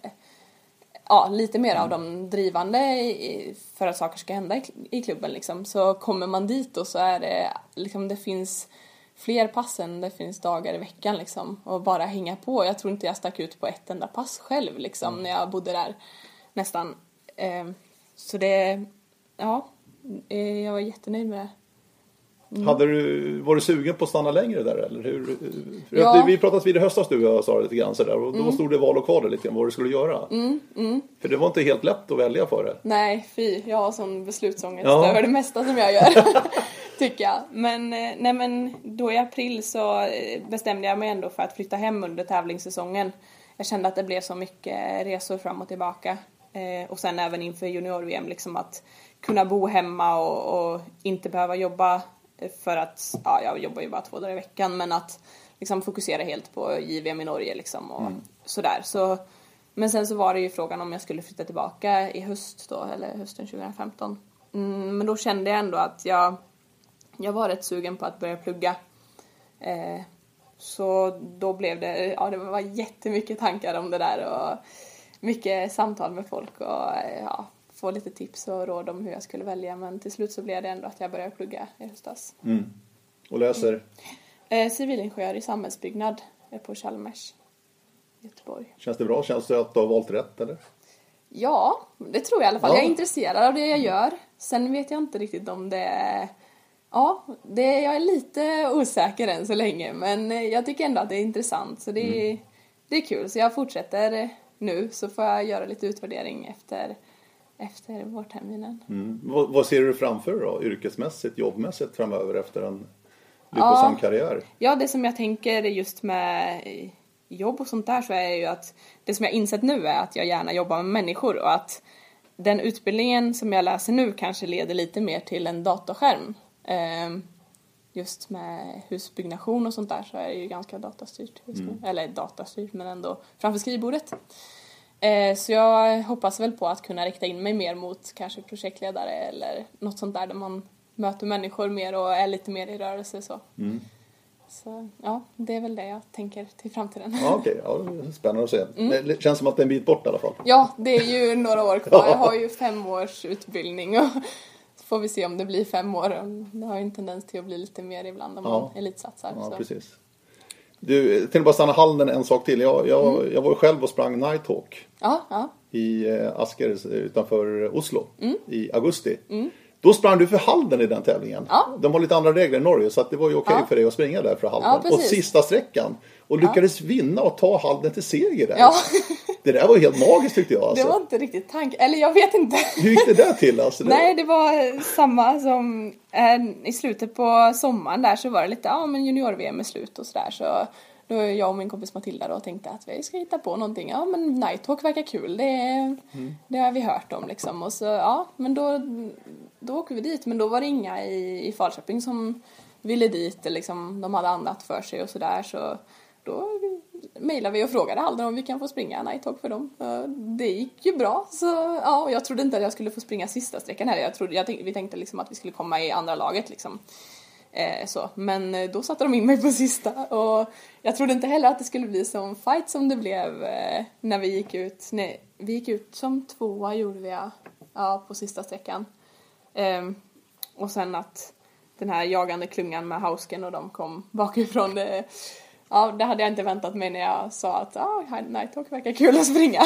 [SPEAKER 2] Ja, lite mer av de drivande i, för att saker ska hända i, i klubben. Liksom. Så kommer man dit och så är det... Liksom, det finns fler pass än det finns dagar i veckan. Liksom, och bara hänga på. Jag tror inte jag stack ut på ett enda pass själv liksom, mm. när jag bodde där nästan... Eh, Så det, ja, jag var jättenöjd med det.
[SPEAKER 1] Mm. Hade du, var du sugen på att stanna längre där eller hur?
[SPEAKER 2] Ja.
[SPEAKER 1] Vi pratade vid i höstas du och jag sa det lite grann sådär och då mm. stod det val och kval lite grann vad du skulle göra.
[SPEAKER 2] Mm. Mm.
[SPEAKER 1] För det var inte helt lätt att välja för det.
[SPEAKER 2] Nej, fy, jag har sån beslutsångest
[SPEAKER 1] ja.
[SPEAKER 2] över det mesta som jag gör, tycker jag. Men, nej, men då i april så bestämde jag mig ändå för att flytta hem under tävlingssäsongen. Jag kände att det blev så mycket resor fram och tillbaka. Eh, och sen även inför junior-V M liksom att kunna bo hemma och, och inte behöva jobba för att, ja jag jobbar ju bara två dagar i veckan men att liksom fokusera helt på J V M i Norge liksom och mm. sådär. Så, men sen så var det ju frågan om jag skulle flytta tillbaka i höst då, eller hösten tjugo femton. Mm, men då kände jag ändå att jag, jag var rätt sugen på att börja plugga. Eh, så då blev det, ja det var jättemycket tankar om det där och mycket samtal med folk och ja, få lite tips och råd om hur jag skulle välja. Men till slut så blev det ändå att jag började plugga i höstas.
[SPEAKER 1] Mm. Och läser?
[SPEAKER 2] Mm. Eh, civilingenjör i samhällsbyggnad på Chalmers i Göteborg.
[SPEAKER 1] Känns det bra? Känns det att du har valt rätt eller?
[SPEAKER 2] Ja, det tror jag i alla fall.
[SPEAKER 1] Ja.
[SPEAKER 2] Jag är intresserad av det jag gör. Sen vet jag inte riktigt om det är... Ja, det, jag är lite osäker än så länge. Men jag tycker ändå att det är intressant. Så det är, mm. det är kul. Så jag fortsätter... Nu så får jag göra lite utvärdering efter, efter vårterminen.
[SPEAKER 1] Mm. Vad, vad ser du framför då? Yrkesmässigt, jobbmässigt framöver efter en lyckosam ja, karriär?
[SPEAKER 2] Ja, det som jag tänker just med jobb och sånt där så är ju att det som jag insett nu är att jag gärna jobbar med människor och att den utbildningen som jag läser nu kanske leder lite mer till en datorskärm. Ehm, just med husbyggnation och sånt där så är det ju ganska datastyrt just nu. Mm. Eller datastyrt men ändå framför skrivbordet. Eh, så jag hoppas väl på att kunna rikta in mig mer mot kanske projektledare eller något sånt där där man möter människor mer och är lite mer i rörelse så. Mm. Så ja, det är väl det jag tänker till framtiden.
[SPEAKER 1] Ja, okej. Okay. Ja, spännande att se. Mm. Det känns som att det är en bit bort i alla fall.
[SPEAKER 2] Ja, det är ju några år kvar. Jag har ju fem års utbildning och får vi se om det blir fem år. Det har ju en tendens till att bli lite mer ibland om ja. man elitsatsar.
[SPEAKER 1] Ja,
[SPEAKER 2] så.
[SPEAKER 1] precis. Du, till att bara stanna Halden en sak till. Jag, jag, mm. jag var själv och sprang Nighthawk
[SPEAKER 2] ja, ja.
[SPEAKER 1] i Asker utanför Oslo mm. i augusti.
[SPEAKER 2] Mm.
[SPEAKER 1] Då sprang du för Halden i den tävlingen.
[SPEAKER 2] Ja.
[SPEAKER 1] De har lite andra regler i Norge så att det var ju okej okay ja. för dig att springa där för Halden. Ja, och sista sträckan. Och lyckades ja. vinna och ta Halden till seger där.
[SPEAKER 2] Ja.
[SPEAKER 1] Det där var ju helt magiskt tyckte jag. Alltså.
[SPEAKER 2] Det var inte riktigt tank. Eller jag vet inte.
[SPEAKER 1] Hur gick det där till? Alltså, det
[SPEAKER 2] Nej, det var samma som eh, i slutet på sommaren där så var det lite, ja men junior-V M är slut och sådär. Så då jag och min kompis Matilda då tänkte att vi ska hitta på någonting. Ja men Nighthawk verkar kul. Det, mm. det har vi hört om liksom. Och så ja, men då, då åker vi dit. Men då var det inga i, i Falköping som ville dit. Liksom, de hade annat för sig och sådär. Så då mejlade vi och frågade Halden om vi kan få springa Nighthawk för dem. Det gick ju bra. Så ja, jag trodde inte att jag skulle få springa sista sträckan här. Jag trodde, jag tänkte, vi tänkte liksom att vi skulle komma i andra laget liksom. Eh, så. Men då satte de in mig på sista. Och jag trodde inte heller att det skulle bli som fight som det blev eh, när vi gick ut. Nej, vi gick ut som tvåa gjorde vi ja, på sista sträckan. Eh, och sen att den här jagande klungan med Hausken och de kom bakifrån det. Ja, det hade jag inte väntat mig när jag sa att ah, Nighthawk verkar kul att springa.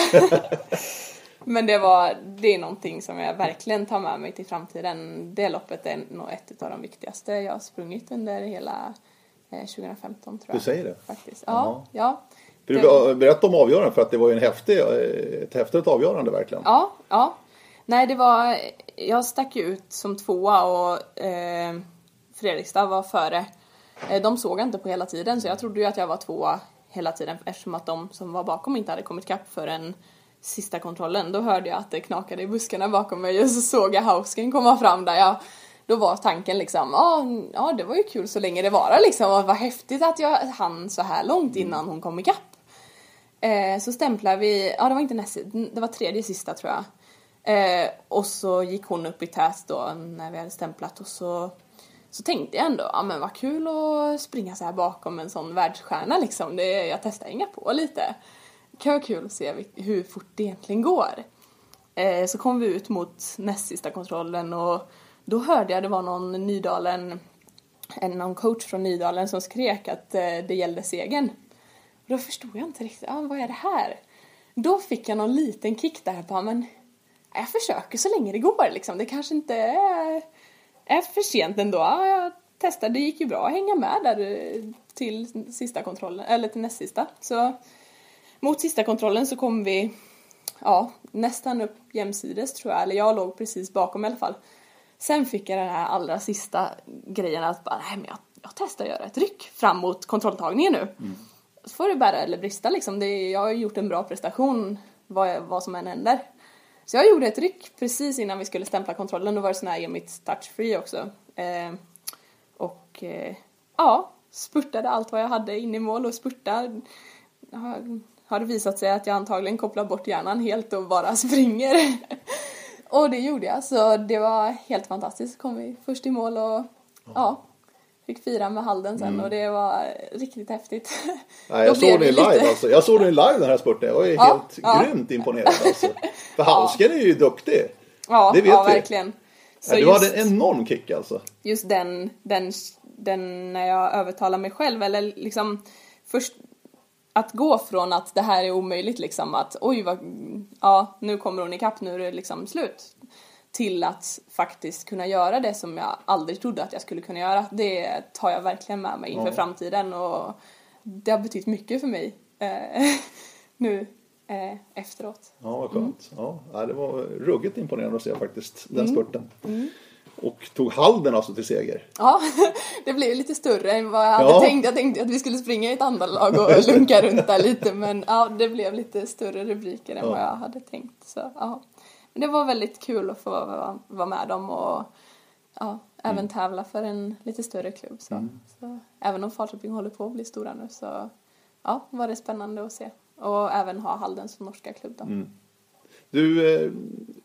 [SPEAKER 2] Men det var det är någonting som jag verkligen tar med mig till framtiden. Det loppet är nog ett av de viktigaste jag har sprungit under hela eh, tjugohundrafemton tror jag.
[SPEAKER 1] Du säger det?
[SPEAKER 2] Faktiskt. Ja, ja.
[SPEAKER 1] För du berätta om avgörande, för att det var ju en häftig, ett häftigt avgörande verkligen.
[SPEAKER 2] Ja, ja. Nej, det var, jag stack ju ut som tvåa och eh, Fredrikstad var före. Eh, de såg inte på hela tiden, så jag trodde ju att jag var tvåa hela tiden, eftersom att de som var bakom inte hade kommit kapp för en sista kontrollen. Då hörde jag att det knakade i buskarna bakom mig och så såg jag Hausken komma fram där. Jag, då var tanken liksom, ja, ja det var ju kul så länge det var liksom. Och vad häftigt att jag hann så här långt innan hon kom i kapp. Eh, så stämplade vi, ja det var inte näst, det var tredje sista tror jag. Eh, och så gick hon upp i tät då när vi hade stämplat och så, så tänkte jag ändå, ja men vad kul att springa så här bakom en sån världsstjärna liksom. Det, jag testar inga på lite. Det kan vara kul att se hur fort det egentligen går. Eh, så kom vi ut mot näst sista kontrollen och då hörde jag det var någon Nydalen, en någon coach från Nydalen som skrek att eh, det gällde segern. Och då förstod jag inte riktigt, ah, vad är det här? Då fick jag någon liten kick där på, men jag försöker så länge det går liksom. Det kanske inte är, är för sent ändå. Ah, jag testade, det gick ju bra att hänga med där till sista kontrollen, eller till näst sista. Så mot sista kontrollen så kom vi ja, nästan upp jämsides tror jag. Eller jag låg precis bakom i alla fall. Sen fick jag den här allra sista grejen att bara, nej men jag, jag testar att göra ett ryck fram mot kontrolltagningen nu. Mm. Så får det bära eller brista liksom. Det, jag har gjort en bra prestation vad, vad som än händer. Så jag gjorde ett ryck precis innan vi skulle stämpla kontrollen. Då var det sån här i mitt touch-free också. Eh, och eh, ja, spurtade allt vad jag hade in i mål och spurtade. Har, har det visat sig att jag antagligen kopplar bort hjärnan helt och bara springer. Och det gjorde jag. Så det var helt fantastiskt. Kom vi först i mål och ja, fick fira med Halden sen. Mm. Och det var riktigt häftigt.
[SPEAKER 1] Nej, jag såg det live lite... alltså. Jag såg det live den här spurten. Jag var ju ja, helt ja. grymt imponerad alltså. För Hausken ja. är ju duktig.
[SPEAKER 2] Ja,
[SPEAKER 1] det vet
[SPEAKER 2] ja
[SPEAKER 1] vi.
[SPEAKER 2] verkligen.
[SPEAKER 1] Så ja, du hade en enorm kick alltså.
[SPEAKER 2] Just den, den, den när jag övertalar mig själv. Eller liksom först att gå från att det här är omöjligt liksom. Att oj, vad, ja, nu kommer hon ikapp, nu är det liksom slut. Till att faktiskt kunna göra det som jag aldrig trodde att jag skulle kunna göra. Det tar jag verkligen med mig inför ja. framtiden. Och det har betytt mycket för mig eh, nu eh, efteråt.
[SPEAKER 1] Ja, vad skönt. Mm. Ja, det var ruggigt imponerande att se faktiskt den
[SPEAKER 2] mm.
[SPEAKER 1] spurten.
[SPEAKER 2] Mm.
[SPEAKER 1] Och tog Halden alltså till seger.
[SPEAKER 2] Ja, det blev lite större än vad jag hade ja. tänkt. Jag tänkte att vi skulle springa i ett andra lag och lunka runt där lite. Men ja, det blev lite större rubriker än ja. vad jag hade tänkt. Så ja. Men det var väldigt kul att få vara med dem och ja, mm. även tävla för en lite större klubb. Så. Mm. Så, även om Falköping håller på att bli stora nu så ja, var det spännande att se. Och även ha Halden som norska klubb då.
[SPEAKER 1] Mm. Du, eh,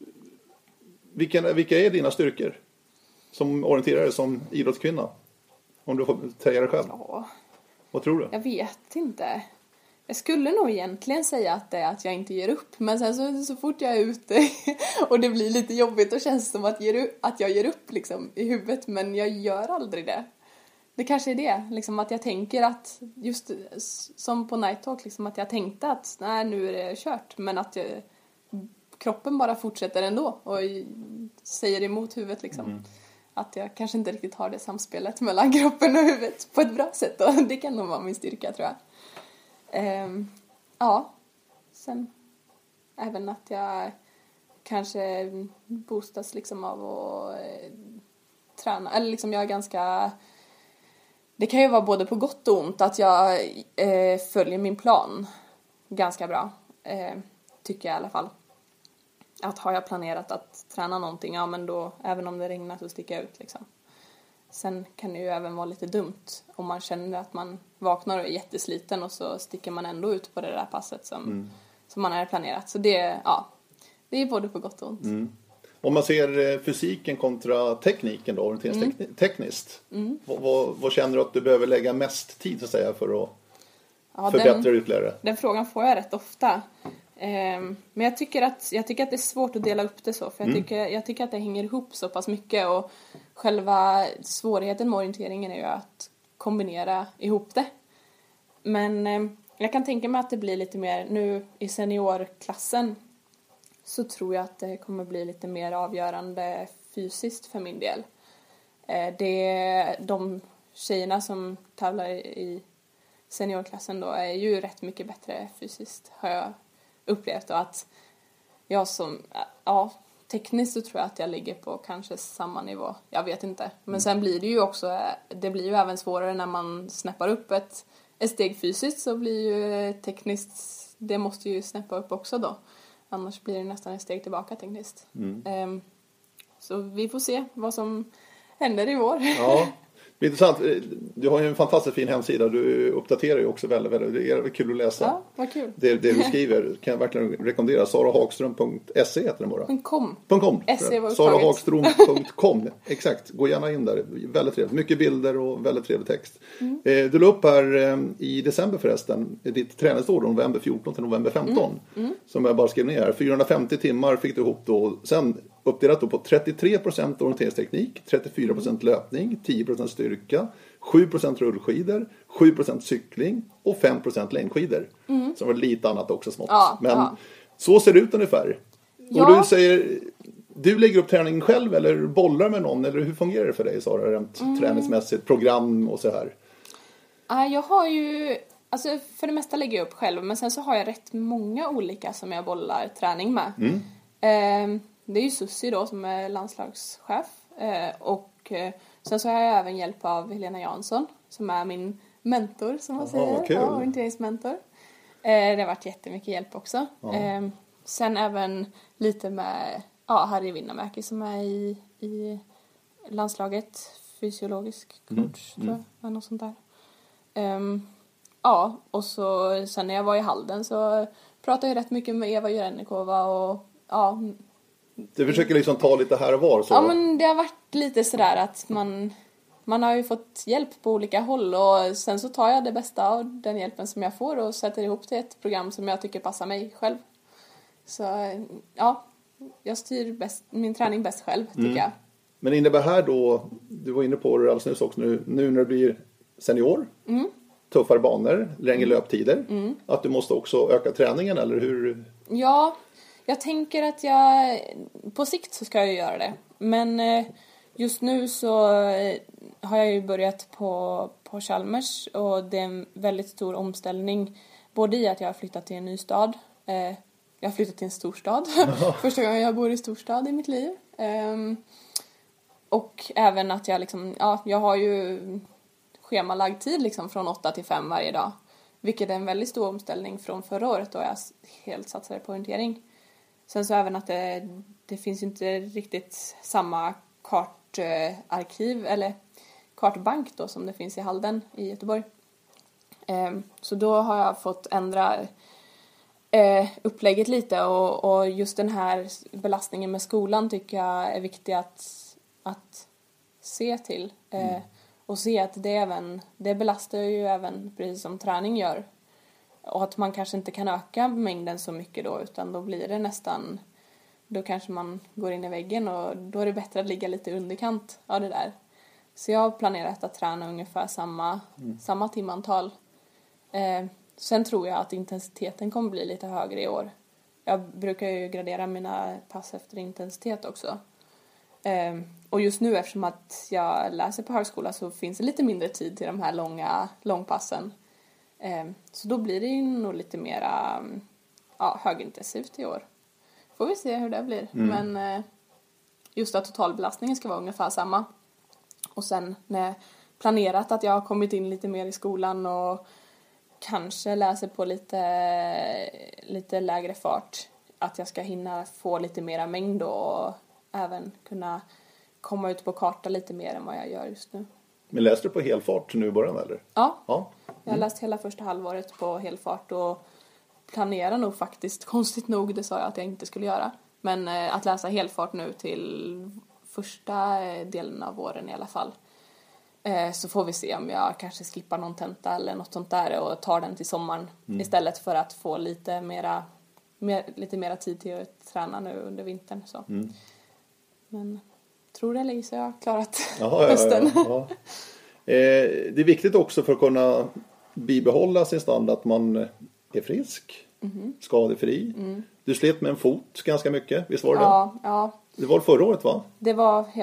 [SPEAKER 1] vilka, vilka är dina styrkor som orienterare, som idrottskvinna? Om du får säga det själv.
[SPEAKER 2] Ja.
[SPEAKER 1] Vad tror du?
[SPEAKER 2] Jag vet inte. Jag skulle nog egentligen säga att det är att jag inte ger upp. Men sen så, så fort jag är ute och det blir lite jobbigt, då känns det som att, ger, att jag ger upp liksom, i huvudet. Men jag gör aldrig det. Det kanske är det. Liksom, att jag tänker att, just som på Night Talk, liksom, att jag tänkte att nej, nu är det kört. Men att jag, kroppen bara fortsätter ändå och säger emot huvudet. Liksom. Mm. Att jag kanske inte riktigt har det samspelet mellan kroppen och huvudet på ett bra sätt. Och det kan nog vara min styrka, tror jag. Um, ja, sen även att jag kanske boostas liksom av att eh, träna, eller liksom jag är ganska, det kan ju vara både på gott och ont att jag eh, följer min plan ganska bra, eh, tycker jag i alla fall. Att har jag planerat att träna någonting, ja men då, även om det regnar så sticker jag ut liksom. Sen kan det ju även vara lite dumt om man känner att man vaknar och är jättesliten och så sticker man ändå ut på det där passet som, mm. som man har planerat. Så det, ja, det är både på gott och ont. Mm.
[SPEAKER 1] Om man ser fysiken kontra tekniken då, mm. tekniskt, mm. Vad, vad, vad känner du att du behöver lägga mest tid så att säga för att ja, förbättra den, ytterligare?
[SPEAKER 2] Den frågan får jag rätt ofta. Um, men jag tycker, att, jag tycker att det är svårt att dela upp det så. För jag, mm. tycker, jag tycker att det hänger ihop så pass mycket. Och själva svårigheten med orienteringen är ju att kombinera ihop det. Men um, jag kan tänka mig att det blir lite mer nu i seniorklassen. Så tror jag att det kommer bli lite mer avgörande fysiskt för min del. Uh, det, de tjejerna som tävlar i seniorklassen då är ju rätt mycket bättre fysiskt, har jag upplevt. Och att jag som, ja, tekniskt så tror jag att jag ligger på kanske samma nivå. Jag vet inte. Men sen blir det ju också, det blir ju även svårare när man snäppar upp ett, ett steg fysiskt, så blir ju tekniskt, det måste ju snäppa upp också då. Annars blir det nästan ett steg tillbaka tekniskt. Mm. Um, så vi får se vad som händer i vår.
[SPEAKER 1] Ja. Det är intressant. Du har ju en fantastiskt fin hemsida. Du uppdaterar ju också väldigt, väldigt. Det är kul att läsa.
[SPEAKER 2] Ja, vad kul.
[SPEAKER 1] Det, det du skriver kan jag verkligen rekommendera. sara hagström punkt se heter den bara.
[SPEAKER 2] .com.
[SPEAKER 1] .com.
[SPEAKER 2] Se
[SPEAKER 1] sara hagström punkt com. Exakt. Gå gärna in där. Väldigt trevligt. Mycket bilder och väldigt trevlig text. Mm. Du la upp här i december förresten. Ditt träningsår november fjorton till november femton. Mm. Mm. Som jag bara skrev ner här. fyrahundrafemtio timmar fick du ihop då. Sen uppdelat då på trettiotre procent orienteringsteknik, trettiofyra procent löpning, tio procent styrka, sju procent rullskidor, sju procent cykling och fem procent längdskidor. Mm. Så var det lite annat också smått.
[SPEAKER 2] Ja,
[SPEAKER 1] Men
[SPEAKER 2] ja.
[SPEAKER 1] så ser det ut ungefär.
[SPEAKER 2] Ja.
[SPEAKER 1] Och du säger, du lägger upp träningen själv eller bollar med någon? Eller hur fungerar det för dig, Sara, rent mm. träningsmässigt, program och så här?
[SPEAKER 2] Jag har ju, alltså för det mesta lägger jag upp själv. Men sen så har jag rätt många olika som jag bollar träning med. Mm. Eh, Det är ju Susie då som är landslagschef. Eh, och eh, sen så har jag även hjälp av Helena Jansson som är min mentor, som man
[SPEAKER 1] Aha,
[SPEAKER 2] säger. Ja, orienteringsmentor. Eh, det har varit jättemycket hjälp också. Eh, sen även lite med ja, Harry Vinnamäki som är i, i landslaget. Fysiologisk coach, mm. tror jag. Mm. Något sånt där. Eh, ja, och så sen när jag var i Halden så pratade jag rätt mycket med Eva Jurennikova och ja...
[SPEAKER 1] Du försöker liksom ta lite här och var. Så.
[SPEAKER 2] Ja, men det har varit lite sådär att man, man har ju fått hjälp på olika håll. Och sen så tar jag det bästa av den hjälpen som jag får och sätter ihop till ett program som jag tycker passar mig själv. Så ja, jag styr bäst, min träning bäst själv, tycker mm. jag.
[SPEAKER 1] Men innebär här då, du var inne på det alldeles nyss också nu, nu när du blir senior, mm. tuffare banor, längre mm. löptider, mm. att du måste också öka träningen, eller hur?
[SPEAKER 2] Ja, jag tänker att jag, på sikt så ska jag göra det. Men just nu så har jag ju börjat på, på Chalmers och det är en väldigt stor omställning. Både i att jag har flyttat till en ny stad. Jag har flyttat till en storstad. Första gången jag bor i storstad i mitt liv. Och även att jag liksom, ja, jag har ju schemalagd tid liksom från åtta till fem varje dag. Vilket är en väldigt stor omställning från förra året då jag helt satsade på orientering. Sen så även att det, det finns ju inte riktigt samma kartarkiv eller kartbank då som det finns i Halden i Göteborg. Så då har jag fått ändra upplägget lite och, och just den här belastningen med skolan tycker jag är viktig att, att se till. Mm. Och se att det även, det belastar ju även precis som träning gör. Och att man kanske inte kan öka mängden så mycket då, utan då blir det nästan, då kanske man går in i väggen och då är det bättre att ligga lite underkant av det där. Så jag har planerat att träna ungefär samma, mm. samma timantal. Eh, sen tror jag att intensiteten kommer bli lite högre i år. Jag brukar ju gradera mina pass efter intensitet också. Eh, och just nu eftersom att jag läser på högskola så finns det lite mindre tid till de här långa långpassen. Så då blir det ju nog lite mera ja, högintensivt i år. Får vi se hur det blir. Mm. Men just att totalbelastningen ska vara ungefär samma. Och sen när jag planerat att jag har kommit in lite mer i skolan och kanske läser på lite, lite lägre fart. Att jag ska hinna få lite mera mängd och även kunna komma ut på karta lite mer än vad jag gör just nu.
[SPEAKER 1] Men läste du på helfart nu i början eller?
[SPEAKER 2] Ja,
[SPEAKER 1] ja. Mm.
[SPEAKER 2] Jag har läst hela första halvåret på helfart och planerar nog faktiskt, konstigt nog, det sa jag att jag inte skulle göra. Men eh, att läsa helfart nu till första delen av våren i alla fall. Eh, så får vi se om jag kanske skippar någon tenta eller något sånt där och tar den till sommaren. Mm. Istället för att få lite mera, mer, lite mera tid till att träna nu under vintern. Så. Mm. Men tror det eller så jag har klarat
[SPEAKER 1] Jaha, hösten. Ja, ja, ja. Eh, det är viktigt också för att kunna bibehålla sin standard att man är frisk, mm-hmm. skadefri. Mm. Du slet med en fot ganska mycket, visst var det
[SPEAKER 2] ja, det? Ja.
[SPEAKER 1] Det var förra året va?
[SPEAKER 2] Det var hela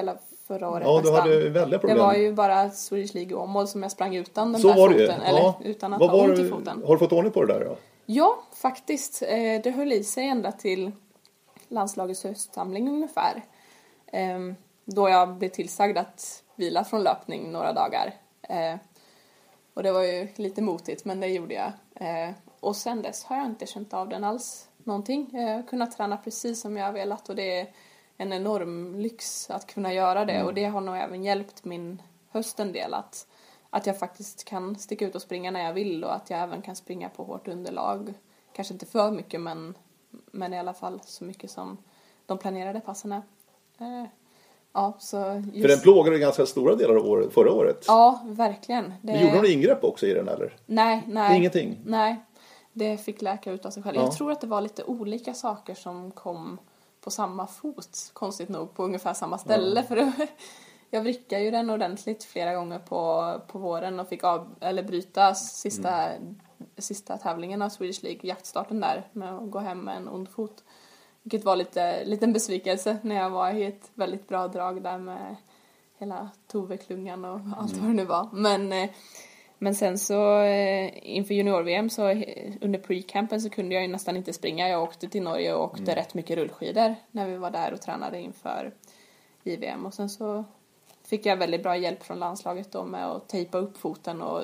[SPEAKER 2] förra året.
[SPEAKER 1] Ja, du
[SPEAKER 2] nästan.
[SPEAKER 1] hade väldiga problem.
[SPEAKER 2] Det var ju bara Swedish League-åmål som jag sprang utan den
[SPEAKER 1] Så
[SPEAKER 2] där
[SPEAKER 1] var det.
[SPEAKER 2] foten. Eller
[SPEAKER 1] Ja.
[SPEAKER 2] utan att
[SPEAKER 1] Vad
[SPEAKER 2] ha
[SPEAKER 1] var
[SPEAKER 2] ont i
[SPEAKER 1] det-
[SPEAKER 2] foten.
[SPEAKER 1] Har du fått ordning på det där då?
[SPEAKER 2] Ja, faktiskt. Eh, Det höll i sig ända till landslagets höstsamling ungefär. Ehm, Då jag blev tillsagd att vila från löpning några dagar. Eh, Och det var ju lite motigt, men det gjorde jag. Eh, Och sen dess har jag inte känt av den alls någonting. Jag har kunnat träna precis som jag har velat och det är en enorm lyx att kunna göra det. Och det har nog även hjälpt min höst en del att, att jag faktiskt kan sticka ut och springa när jag vill och att jag även kan springa på hårt underlag. Kanske inte för mycket, men, men i alla fall så mycket som de planerade passen är. Eh, Ja, så just...
[SPEAKER 1] För den plågade ganska stora delar av året, förra året.
[SPEAKER 2] Ja, verkligen. Det...
[SPEAKER 1] Men gjorde du några ingrepp också i den eller?
[SPEAKER 2] Nej, nej.
[SPEAKER 1] Ingenting?
[SPEAKER 2] Nej, det fick läka ut av sig själv.
[SPEAKER 1] Ja.
[SPEAKER 2] Jag tror att det var lite olika saker som kom på samma fot, konstigt nog, på ungefär samma ställe. Ja. För det, jag vrickade ju den ordentligt flera gånger på, på våren och fick av, eller bryta sista, mm. sista tävlingen av Swedish League, jaktstarten där, med att gå hem med en ond fot. Vilket var lite liten besvikelse när jag var i ett väldigt bra drag där med hela Tove-klungan och allt mm. vad det nu var. Men, men sen så inför junior-V M så under pre-campen så kunde jag ju nästan inte springa. Jag åkte till Norge och åkte mm. rätt mycket rullskidor när vi var där och tränade inför I V M. Och sen så fick jag väldigt bra hjälp från landslaget då med att tejpa upp foten och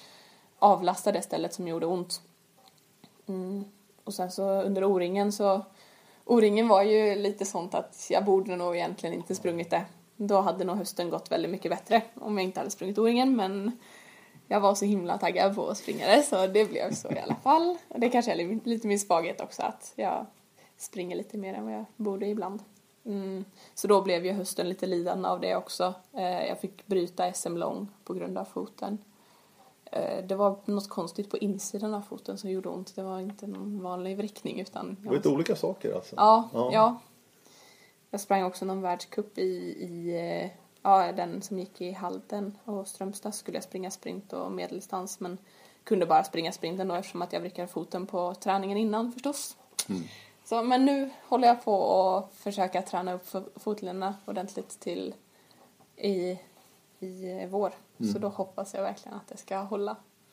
[SPEAKER 2] avlasta det stället som gjorde ont. Mm. Och sen så under O-ringen så O-ringen var ju lite sånt att jag borde nog egentligen inte sprungit det. Då hade nog hösten gått väldigt mycket bättre om jag inte hade sprungit O-ringen. Men jag var så himla taggad på att springa det, så det blev så i alla fall. Och det kanske är lite min svaghet också, att jag springer lite mer än vad jag borde ibland. Mm. Så då blev ju hösten lite lidande av det också. Jag fick bryta S M-lång på grund av foten. Det var något konstigt på insidan av foten som gjorde ont. Det var inte någon vanlig vrickning utan...
[SPEAKER 1] Det var lite olika saker alltså.
[SPEAKER 2] Ja, ja, ja. Jag sprang också någon världscup i, i ja, den som gick i Halden och Strömstad skulle jag springa sprint och medeldistans, men kunde bara springa sprint ändå eftersom att jag vrickade foten på träningen innan förstås. Mm. Så, men nu håller jag på att försöka träna upp fotlederna ordentligt till i, i vår. Mm. Så då hoppas jag verkligen att det ska hålla.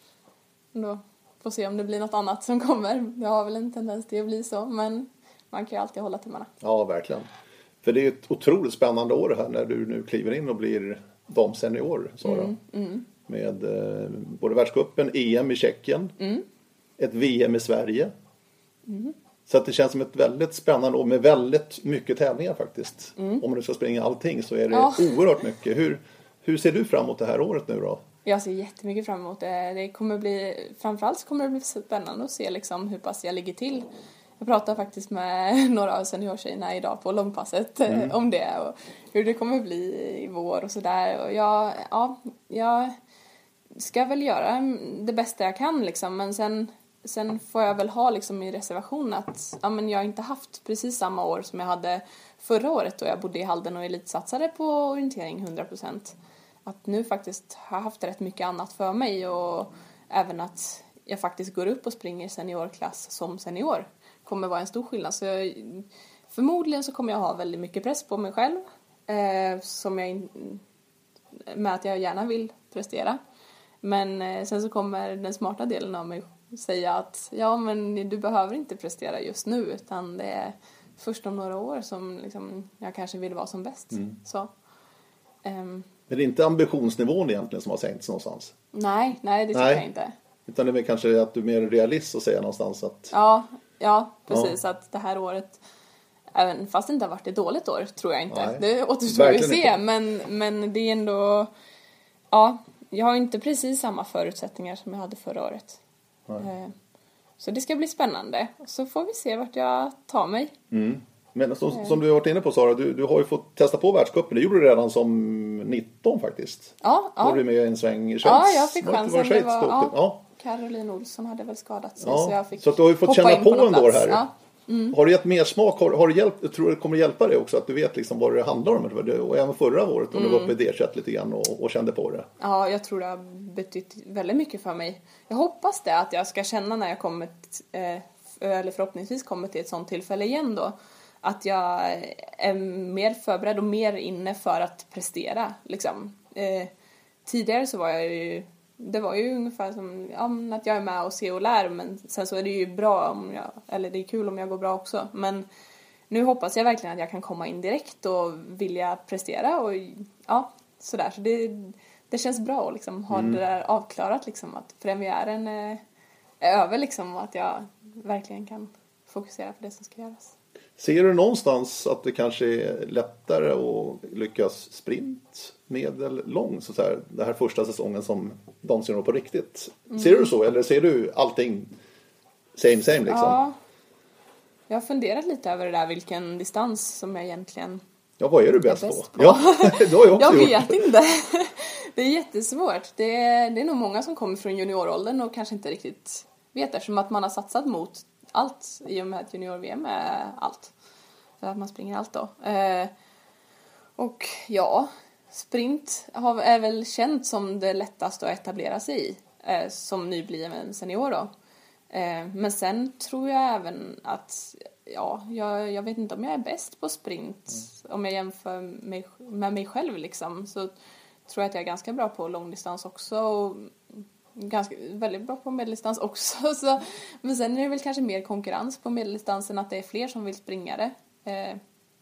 [SPEAKER 2] Då får se om det blir något annat som kommer. Det har väl en tendens till att bli så, men man kan ju alltid hålla tummarna.
[SPEAKER 1] Ja, verkligen. För det är ett otroligt spännande år här när du nu kliver in och blir damsenior, Sara.
[SPEAKER 2] Mm, mm.
[SPEAKER 1] Med eh, både världscupen, E M i Tjeckien, mm. ett V M i Sverige. Mm. Så att det känns som ett väldigt spännande år med väldigt mycket tävlingar faktiskt. Mm. Om du ska springa allting så är det ja. oerhört mycket. Hur, hur ser du fram emot det här året nu då?
[SPEAKER 2] Jag ser jättemycket fram emot det. Det kommer bli, framförallt så kommer det bli spännande att se liksom hur pass jag ligger till. Jag pratade faktiskt med några av seniortjejerna idag på långpasset mm. om det och hur det kommer bli i vår och sådär. Och jag, ja, jag ska väl göra det bästa jag kan liksom, men sen, sen får jag väl ha liksom i reservation att ja, men jag har inte haft precis samma år som jag hade förra året då jag bodde i Halden och elitsatsade på orientering hundra procent. Att nu faktiskt har haft rätt mycket annat för mig och även att jag faktiskt går upp och springer seniorklass som senior kommer vara en stor skillnad. Så jag, förmodligen så kommer jag ha väldigt mycket press på mig själv eh, som jag med att jag gärna vill prestera. Men eh, sen så kommer den smarta delen av mig säga att ja, men du behöver inte prestera just nu, utan det är först om några år som liksom, jag kanske vill vara som bäst. Mm. Så, ehm. Men
[SPEAKER 1] det är inte ambitionsnivån egentligen som har sänkts någonstans?
[SPEAKER 2] Nej, nej det tycker nej. jag inte.
[SPEAKER 1] Utan det är väl kanske att du är mer realist att säga någonstans att...
[SPEAKER 2] Ja, ja precis. Ja. Att det här året, även fast det inte har varit ett dåligt år, tror jag inte. Nej. Det återstår att se. Men, men det är ändå... Ja, jag har inte precis samma förutsättningar som jag hade förra året. Nej. Så det ska bli spännande. Så får vi se vart jag tar mig. Mm.
[SPEAKER 1] Men som, som du har varit inne på, Sara, du, du har ju fått testa på världscupen. Det gjorde du redan som nitton faktiskt.
[SPEAKER 2] Ja, ja.
[SPEAKER 1] Då var du med i en sväng i Schweiz.
[SPEAKER 2] Ja, jag fick chansen.
[SPEAKER 1] Var det Schweiz,
[SPEAKER 2] var, ja,
[SPEAKER 1] ja.
[SPEAKER 2] Caroline Olsson hade väl skadat sig,
[SPEAKER 1] ja.
[SPEAKER 2] så jag fick
[SPEAKER 1] Så att du har ju fått känna på, på en år här.
[SPEAKER 2] Ja. Mm.
[SPEAKER 1] Har du gett mer smak? Har, har du hjälpt, jag tror det kommer hjälpa dig också att du vet liksom vad det handlar om. Och även förra året då mm. du var uppe i D tjugoett lite grann och, och kände på det.
[SPEAKER 2] Ja, jag tror det har betytt väldigt mycket för mig. Jag hoppas det, att jag ska känna när jag kommit, eh, eller förhoppningsvis kommer till ett sånt tillfälle igen då, att jag är mer förberedd och mer inne för att prestera liksom. Eh, tidigare så var jag ju, det var ju ungefär som ja, att jag är med och ser och lär, men sen så är det ju bra om jag, eller det är kul om jag går bra också, men nu hoppas jag verkligen att jag kan komma in direkt och vilja prestera och ja, sådär, så det, det känns bra att liksom ha mm. det där avklarat liksom, att premiären är, är över liksom, och att jag verkligen kan fokusera på det som ska göras.
[SPEAKER 1] Ser du någonstans att det kanske är lättare att lyckas sprint, medel, lång, så här, den här första säsongen som dansar på riktigt? Mm. Ser du så, eller ser du allting same same liksom?
[SPEAKER 2] Ja, jag har funderat lite över det där, vilken distans som jag egentligen
[SPEAKER 1] ja, vad är du bäst, är bäst på? på?
[SPEAKER 2] Ja,
[SPEAKER 1] det har jag också
[SPEAKER 2] Jag
[SPEAKER 1] gjort.
[SPEAKER 2] vet inte. Det är jättesvårt. Det är, det är nog många som kommer från junioråldern och kanske inte riktigt vet, eftersom att man har satsat mot allt i och med att junior-V M är allt. Så att man springer allt då. Eh, och ja, sprint har, är väl känt som det lättaste att etablera sig i. Eh, som nybliven senior då. Eh, men sen tror jag även att, ja, jag, jag vet inte om jag är bäst på sprint. Mm. Om jag jämför mig, med mig själv liksom. Så tror jag att jag är ganska bra på långdistans också. Och ganska, väldigt bra på medeldistans också. Så, men sen är det väl kanske mer konkurrens på medeldistansen, att det är fler som vill springa det. Eh,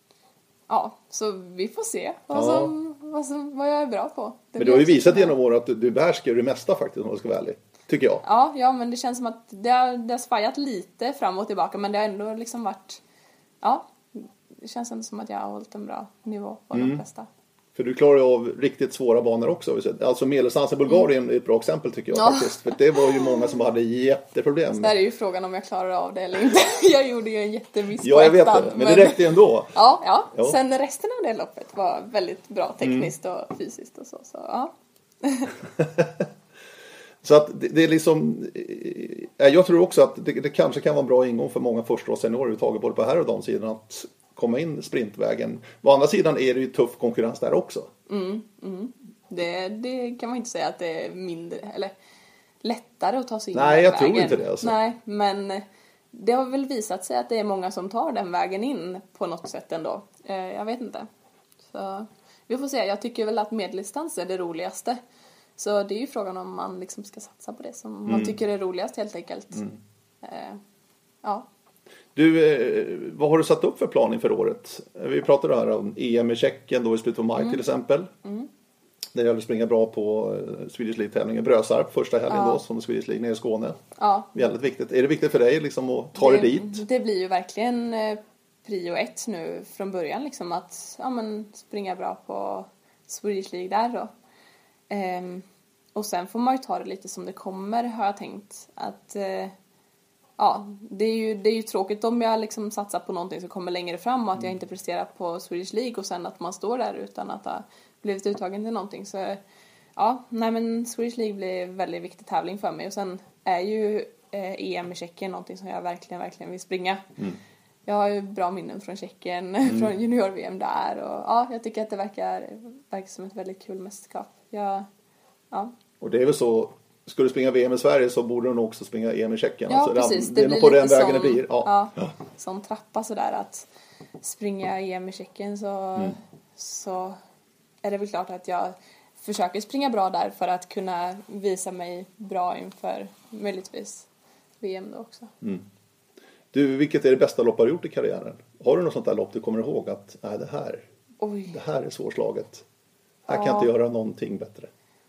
[SPEAKER 2] ja, så vi får se vad,
[SPEAKER 1] ja.
[SPEAKER 2] som, vad, som, vad jag är bra på. Det
[SPEAKER 1] men du har ju visat genom året att du, du behärskar det mesta faktiskt, om jag ska vara ärlig. Tycker jag.
[SPEAKER 2] Ja, ja, men det känns som att det har, det har svajat lite fram och tillbaka, men det har ändå liksom varit, ja, det känns ändå som att jag har hållit en bra nivå på mm. de flesta.
[SPEAKER 1] För du klarar ju av riktigt svåra banor också. Alltså medeldistansen i Bulgarien är ett bra exempel tycker jag ja. faktiskt. För det var ju många som hade jätteproblem.
[SPEAKER 2] Så där är ju frågan om jag klarar av det eller inte. Jag gjorde ju en jättemiss
[SPEAKER 1] ja,
[SPEAKER 2] på
[SPEAKER 1] jag vet
[SPEAKER 2] ettan,
[SPEAKER 1] det. Men, men det räckte ändå.
[SPEAKER 2] Ja, ja. ja. Sen resten av det loppet var väldigt bra tekniskt mm. och fysiskt och så. Så ja.
[SPEAKER 1] Så att det, det är liksom, jag tror också att det, det kanske kan vara en bra ingång för många första och seniorer överhuvudtaget, både på här och de sidan, att komma in sprintvägen. Å andra sidan är det ju tuff konkurrens där också.
[SPEAKER 2] Mm, mm. Det, det kan man inte säga att det är mindre, eller lättare att ta sig in.
[SPEAKER 1] Nej, jag
[SPEAKER 2] vägen.
[SPEAKER 1] tror inte det. Alltså.
[SPEAKER 2] Nej, men det har väl visat sig att det är många som tar den vägen in på något sätt ändå. Eh, jag vet inte. Så vi får se. Jag tycker väl att medeldistans är det roligaste. Så det är ju frågan om man liksom ska satsa på det som mm. man tycker är roligast helt enkelt. Mm. Eh, ja.
[SPEAKER 1] Du, vad har du satt upp för plan inför året? Vi pratade här om E M i Tjeckien då i slutet av maj mm. till exempel. Mm. Där jag vill springa bra på Swedish League-tävlingen Brösarp första helgen ja. då som Swedish League nere i Skåne. Ja. Väldigt viktigt. Är det viktigt för dig liksom att ta
[SPEAKER 2] det,
[SPEAKER 1] dig dit?
[SPEAKER 2] Det blir ju verkligen prio ett nu från början liksom att ja, men, springa bra på Swedish League där då. Ehm, och sen får man ju ta det lite som det kommer, har jag tänkt. Att eh, ja, det är, ju, det är ju tråkigt om jag liksom satsar på någonting som kommer längre fram och att jag inte presterar på Swedish League och sen att man står där utan att ha blivit uttagen till någonting. Så ja, nej men Swedish League blir en väldigt viktig tävling för mig. Och sen är ju eh, E M i Tjeckien någonting som jag verkligen, verkligen vill springa. Mm. Jag har ju bra minnen från Tjeckien, mm. från junior-V M där. Och ja, jag tycker att det verkar, verkar som ett väldigt kul mästerskap. Jag, ja.
[SPEAKER 1] Och det är väl så, ska du springa V M i Sverige så borde du nog också springa E M i Tjeckien.
[SPEAKER 2] Ja,
[SPEAKER 1] alltså,
[SPEAKER 2] precis.
[SPEAKER 1] Det,
[SPEAKER 2] det,
[SPEAKER 1] det är nog på den vägen som, det blir. Ja,
[SPEAKER 2] ja, sån trappa sådär att springa E M i Tjeckien så, mm. så är det väl klart att jag försöker springa bra där för att kunna visa mig bra inför möjligtvis V M då också. Mm.
[SPEAKER 1] Du, vilket är det bästa lopp du har gjort i karriären? Har du något sånt där lopp du kommer ihåg att nej, det här,
[SPEAKER 2] Oj.
[SPEAKER 1] det här är svårslaget. Här
[SPEAKER 2] ja.
[SPEAKER 1] kan jag inte göra någonting bättre.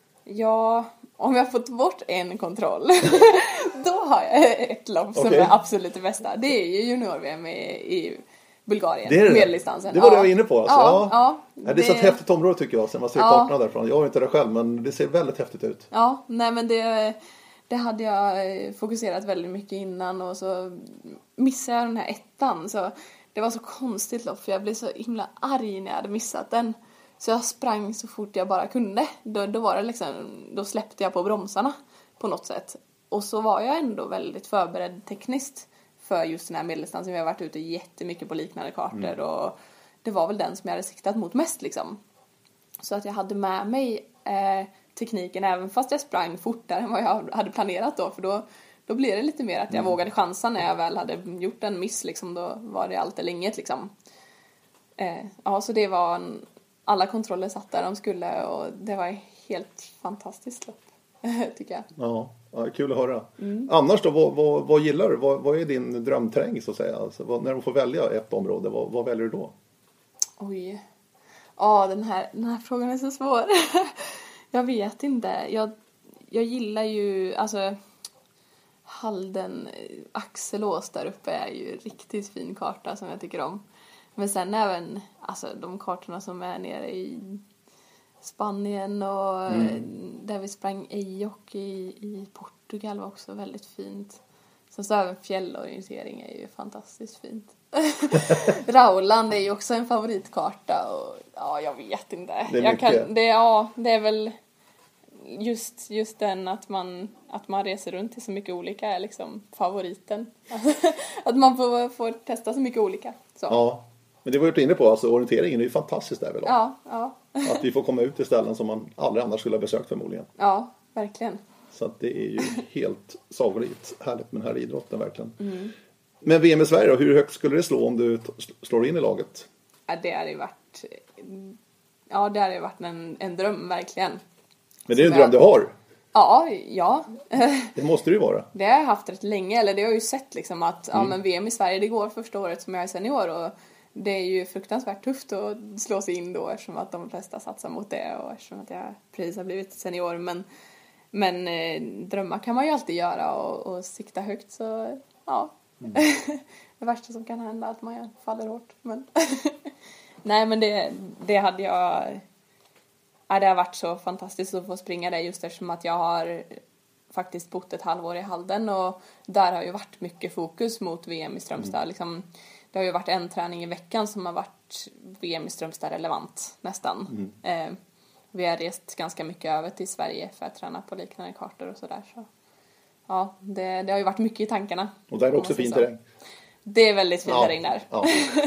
[SPEAKER 2] Ja, om jag fått bort en kontroll då har jag ett lopp som okay. är absolut det bästa. Det är ju junior-V M i, i Bulgarien,
[SPEAKER 1] det är det.
[SPEAKER 2] medeldistansen.
[SPEAKER 1] Det var
[SPEAKER 2] ja.
[SPEAKER 1] det jag var inne på. Alltså.
[SPEAKER 2] Ja,
[SPEAKER 1] ja.
[SPEAKER 2] ja,
[SPEAKER 1] det... det är så ett häftigt område tycker jag, sen man ser ja. kartorna därifrån. Jag har inte det själv, men det ser väldigt häftigt ut.
[SPEAKER 2] Ja, nej men det, det hade jag fokuserat väldigt mycket innan och så missade jag den här ettan. Så det var så konstigt lopp för jag blev så himla arg när jag hade missat den. Så jag sprang så fort jag bara kunde. Då, då, var det liksom, då släppte jag på bromsarna på något sätt. Och så var jag ändå väldigt förberedd tekniskt för just den här medeldistansen. Vi har varit ute jättemycket på liknande kartor. Mm. Och det var väl den som jag hade siktat mot mest liksom. Så att jag hade med mig eh, tekniken även fast jag sprang fortare än vad jag hade planerat då. För då, då blir det lite mer att jag
[SPEAKER 1] Mm.
[SPEAKER 2] vågade chansa när jag väl hade gjort en miss liksom, då var det allt eller inget liksom. Eh, ja, så det var en, alla kontroller satt där de skulle och det var helt fantastiskt lopp, tycker jag.
[SPEAKER 1] Ja, ja, kul att höra.
[SPEAKER 2] Mm.
[SPEAKER 1] Annars då, vad, vad, vad gillar du? Vad, vad är din drömterräng så att säga? Alltså, vad, när du får välja ett område, vad, vad väljer du då?
[SPEAKER 2] Oj. Ja, den här, den här frågan är så svår. Jag vet inte. Jag, jag gillar ju, alltså Halden, Axelås där uppe är ju riktigt fin karta som jag tycker om. Men sen även alltså, de kartorna som är nere i Spanien och mm. där vi sprang Ejok i, i Portugal var också väldigt fint. Sen så även fjällorientering är ju fantastiskt fint. Rauland är ju också en favoritkarta och ja, jag vet inte.
[SPEAKER 1] Det är
[SPEAKER 2] jag
[SPEAKER 1] mycket.
[SPEAKER 2] kan, det, ja, det är väl just, just den att man, att man reser runt till så mycket olika är liksom favoriten. Att man får, får testa så mycket olika. Så.
[SPEAKER 1] Ja, men det var ju inne på, alltså orienteringen är ju fantastiskt där väl.
[SPEAKER 2] Ja, ja.
[SPEAKER 1] Att vi får komma ut till ställen som man aldrig annars skulle ha besökt förmodligen.
[SPEAKER 2] Ja, verkligen.
[SPEAKER 1] Så att det är ju helt sagolikt härligt med den här idrotten verkligen.
[SPEAKER 2] Mm.
[SPEAKER 1] Men V M i Sverige då, hur högt skulle det slå om du t- slår in i laget?
[SPEAKER 2] Ja, det hade ju varit, ja, det hade ju varit en, en dröm verkligen.
[SPEAKER 1] Men det är en
[SPEAKER 2] Som
[SPEAKER 1] dröm
[SPEAKER 2] jag-
[SPEAKER 1] du har.
[SPEAKER 2] Ja, ja.
[SPEAKER 1] Det måste det ju vara.
[SPEAKER 2] Det har jag haft rätt länge, eller det har jag ju sett liksom att ja, men V M i Sverige, det går första året som jag är senior och det är ju fruktansvärt tufft att slå sig in då eftersom att de flesta satsar mot det och eftersom att jag precis har blivit senior, men men eh, drömmar kan man ju alltid göra och, och sikta högt, så ja. Mm. Det värsta som kan hända är att man faller hårt, men nej, men det, det hade jag. Ja, det har varit så fantastiskt att få springa där just eftersom att jag har faktiskt bott ett halvår i Halden och där har ju varit mycket fokus mot V M i Strömstad. Mm. Liksom, det har ju varit en träning i veckan som har varit V M i Strömstad relevant nästan. Mm. Eh, vi har rest ganska mycket över till Sverige för att träna på liknande kartor och sådär. Så, ja, det, det har ju varit mycket i tankarna.
[SPEAKER 1] Och där är också fin terräng.
[SPEAKER 2] Det är väldigt fin
[SPEAKER 1] ja.
[SPEAKER 2] terräng där.
[SPEAKER 1] Ja.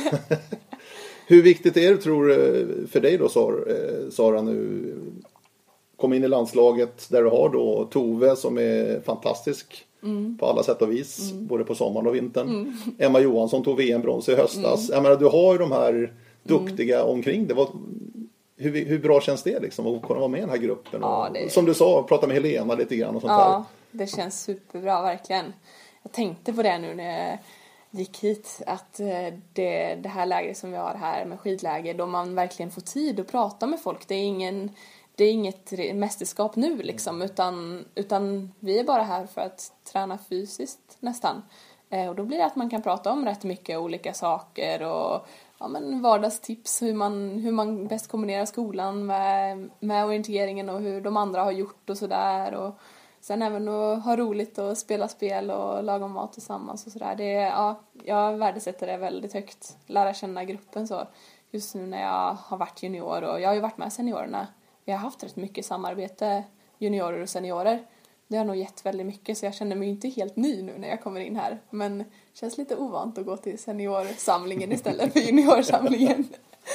[SPEAKER 1] Hur viktigt är det, tror du, för dig då, Sara, nu kom in i landslaget där du har då Tove som är fantastisk mm. på alla sätt och vis, mm. både på sommaren och vintern. Mm. Emma Johansson tog V M-brons i höstas. Mm. Jag menar, du har ju de här duktiga mm. omkring det. Vad, hur, hur bra känns det liksom att kunna vara med i den här gruppen?
[SPEAKER 2] Ja,
[SPEAKER 1] och,
[SPEAKER 2] det...
[SPEAKER 1] Som du sa, prata med Helena lite grann och sånt
[SPEAKER 2] ja,
[SPEAKER 1] där.
[SPEAKER 2] Det känns superbra, verkligen. Jag tänkte på det nu när jag gick hit, att det, det här läget som vi har här med skidläger, då man verkligen får tid att prata med folk. Det är ingen, det är inget mästerskap nu liksom, utan, utan vi är bara här för att träna fysiskt nästan. Och då blir det att man kan prata om rätt mycket olika saker och ja, men vardagstips, hur man, hur man bäst kombinerar skolan med, med orienteringen och hur de andra har gjort och sådär. Och sen även att ha roligt och spela spel och laga mat tillsammans och sådär. Det, ja, jag värdesätter det väldigt högt. Lära känna gruppen så. Just nu när jag har varit junior och jag har ju varit med seniorerna. Vi har haft rätt mycket samarbete, juniorer och seniorer. Det har nog gett väldigt mycket, så jag känner mig inte helt ny nu när jag kommer in här. Men det känns lite ovant att gå till seniorsamlingen istället för juniorsamlingen.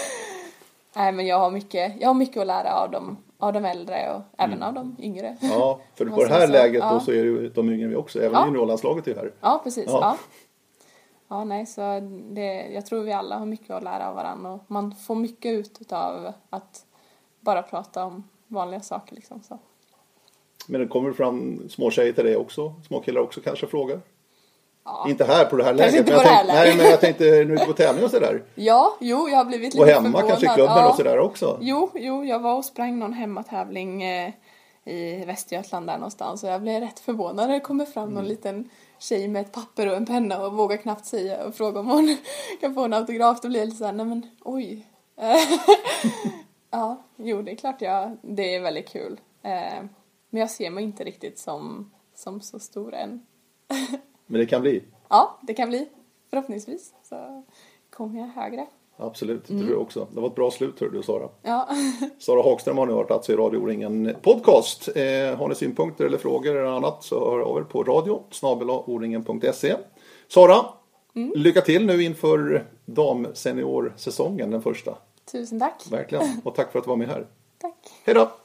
[SPEAKER 2] Nej, men jag har mycket, jag har mycket att lära av dem, av de äldre och även mm. av de yngre.
[SPEAKER 1] Ja, för på det här
[SPEAKER 2] så,
[SPEAKER 1] läget
[SPEAKER 2] ja.
[SPEAKER 1] då så är det ju de yngre vi också. Även ja. juniorlandslaget är här.
[SPEAKER 2] Ja, precis. Ja.
[SPEAKER 1] Ja.
[SPEAKER 2] Ja, nej, så det, jag tror vi alla har mycket att lära av varandra. Och man får mycket ut av att bara prata om vanliga saker liksom så.
[SPEAKER 1] Men det kommer fram små tjejer till dig också. Små killar också kanske frågar.
[SPEAKER 2] Ja.
[SPEAKER 1] Inte här på det här läget.
[SPEAKER 2] Inte
[SPEAKER 1] men,
[SPEAKER 2] på
[SPEAKER 1] jag
[SPEAKER 2] det här
[SPEAKER 1] tänkte, nej, men jag tänkte nu på tävling och sådär.
[SPEAKER 2] Ja, jo, jag har blivit lite
[SPEAKER 1] och hemma
[SPEAKER 2] förvånad.
[SPEAKER 1] kanske i klubben
[SPEAKER 2] ja.
[SPEAKER 1] och sådär också.
[SPEAKER 2] Jo, jo, jag var och sprang någon hemmatävling eh, i Västergötland där någonstans. Och jag blev rätt förvånad när det kommer fram mm. någon liten tjej med ett papper och en penna och vågar knappt säga och fråga om hon kan få en autograf. Då blir jag lite såhär, nej men oj. Ja, jo, det är klart jag, det är väldigt kul. Eh, men jag ser mig inte riktigt som, som så stor än.
[SPEAKER 1] Men det kan bli.
[SPEAKER 2] Ja, det kan bli. Förhoppningsvis så kommer jag högre.
[SPEAKER 1] Absolut, det mm. tror jag också. Det var ett bra slut, hör du, Sara.
[SPEAKER 2] Ja.
[SPEAKER 1] Sara Hagström har nu varit alltså i Radio O-ringen podcast. Eh, har ni synpunkter eller frågor eller annat så hör av er på radio snabel-a o-ringen punkt se. Sara, mm. lycka till nu inför damseniorsäsongen, den första.
[SPEAKER 2] Tusen tack.
[SPEAKER 1] Verkligen. Och tack för att du var med här.
[SPEAKER 2] Tack.
[SPEAKER 1] Hej då.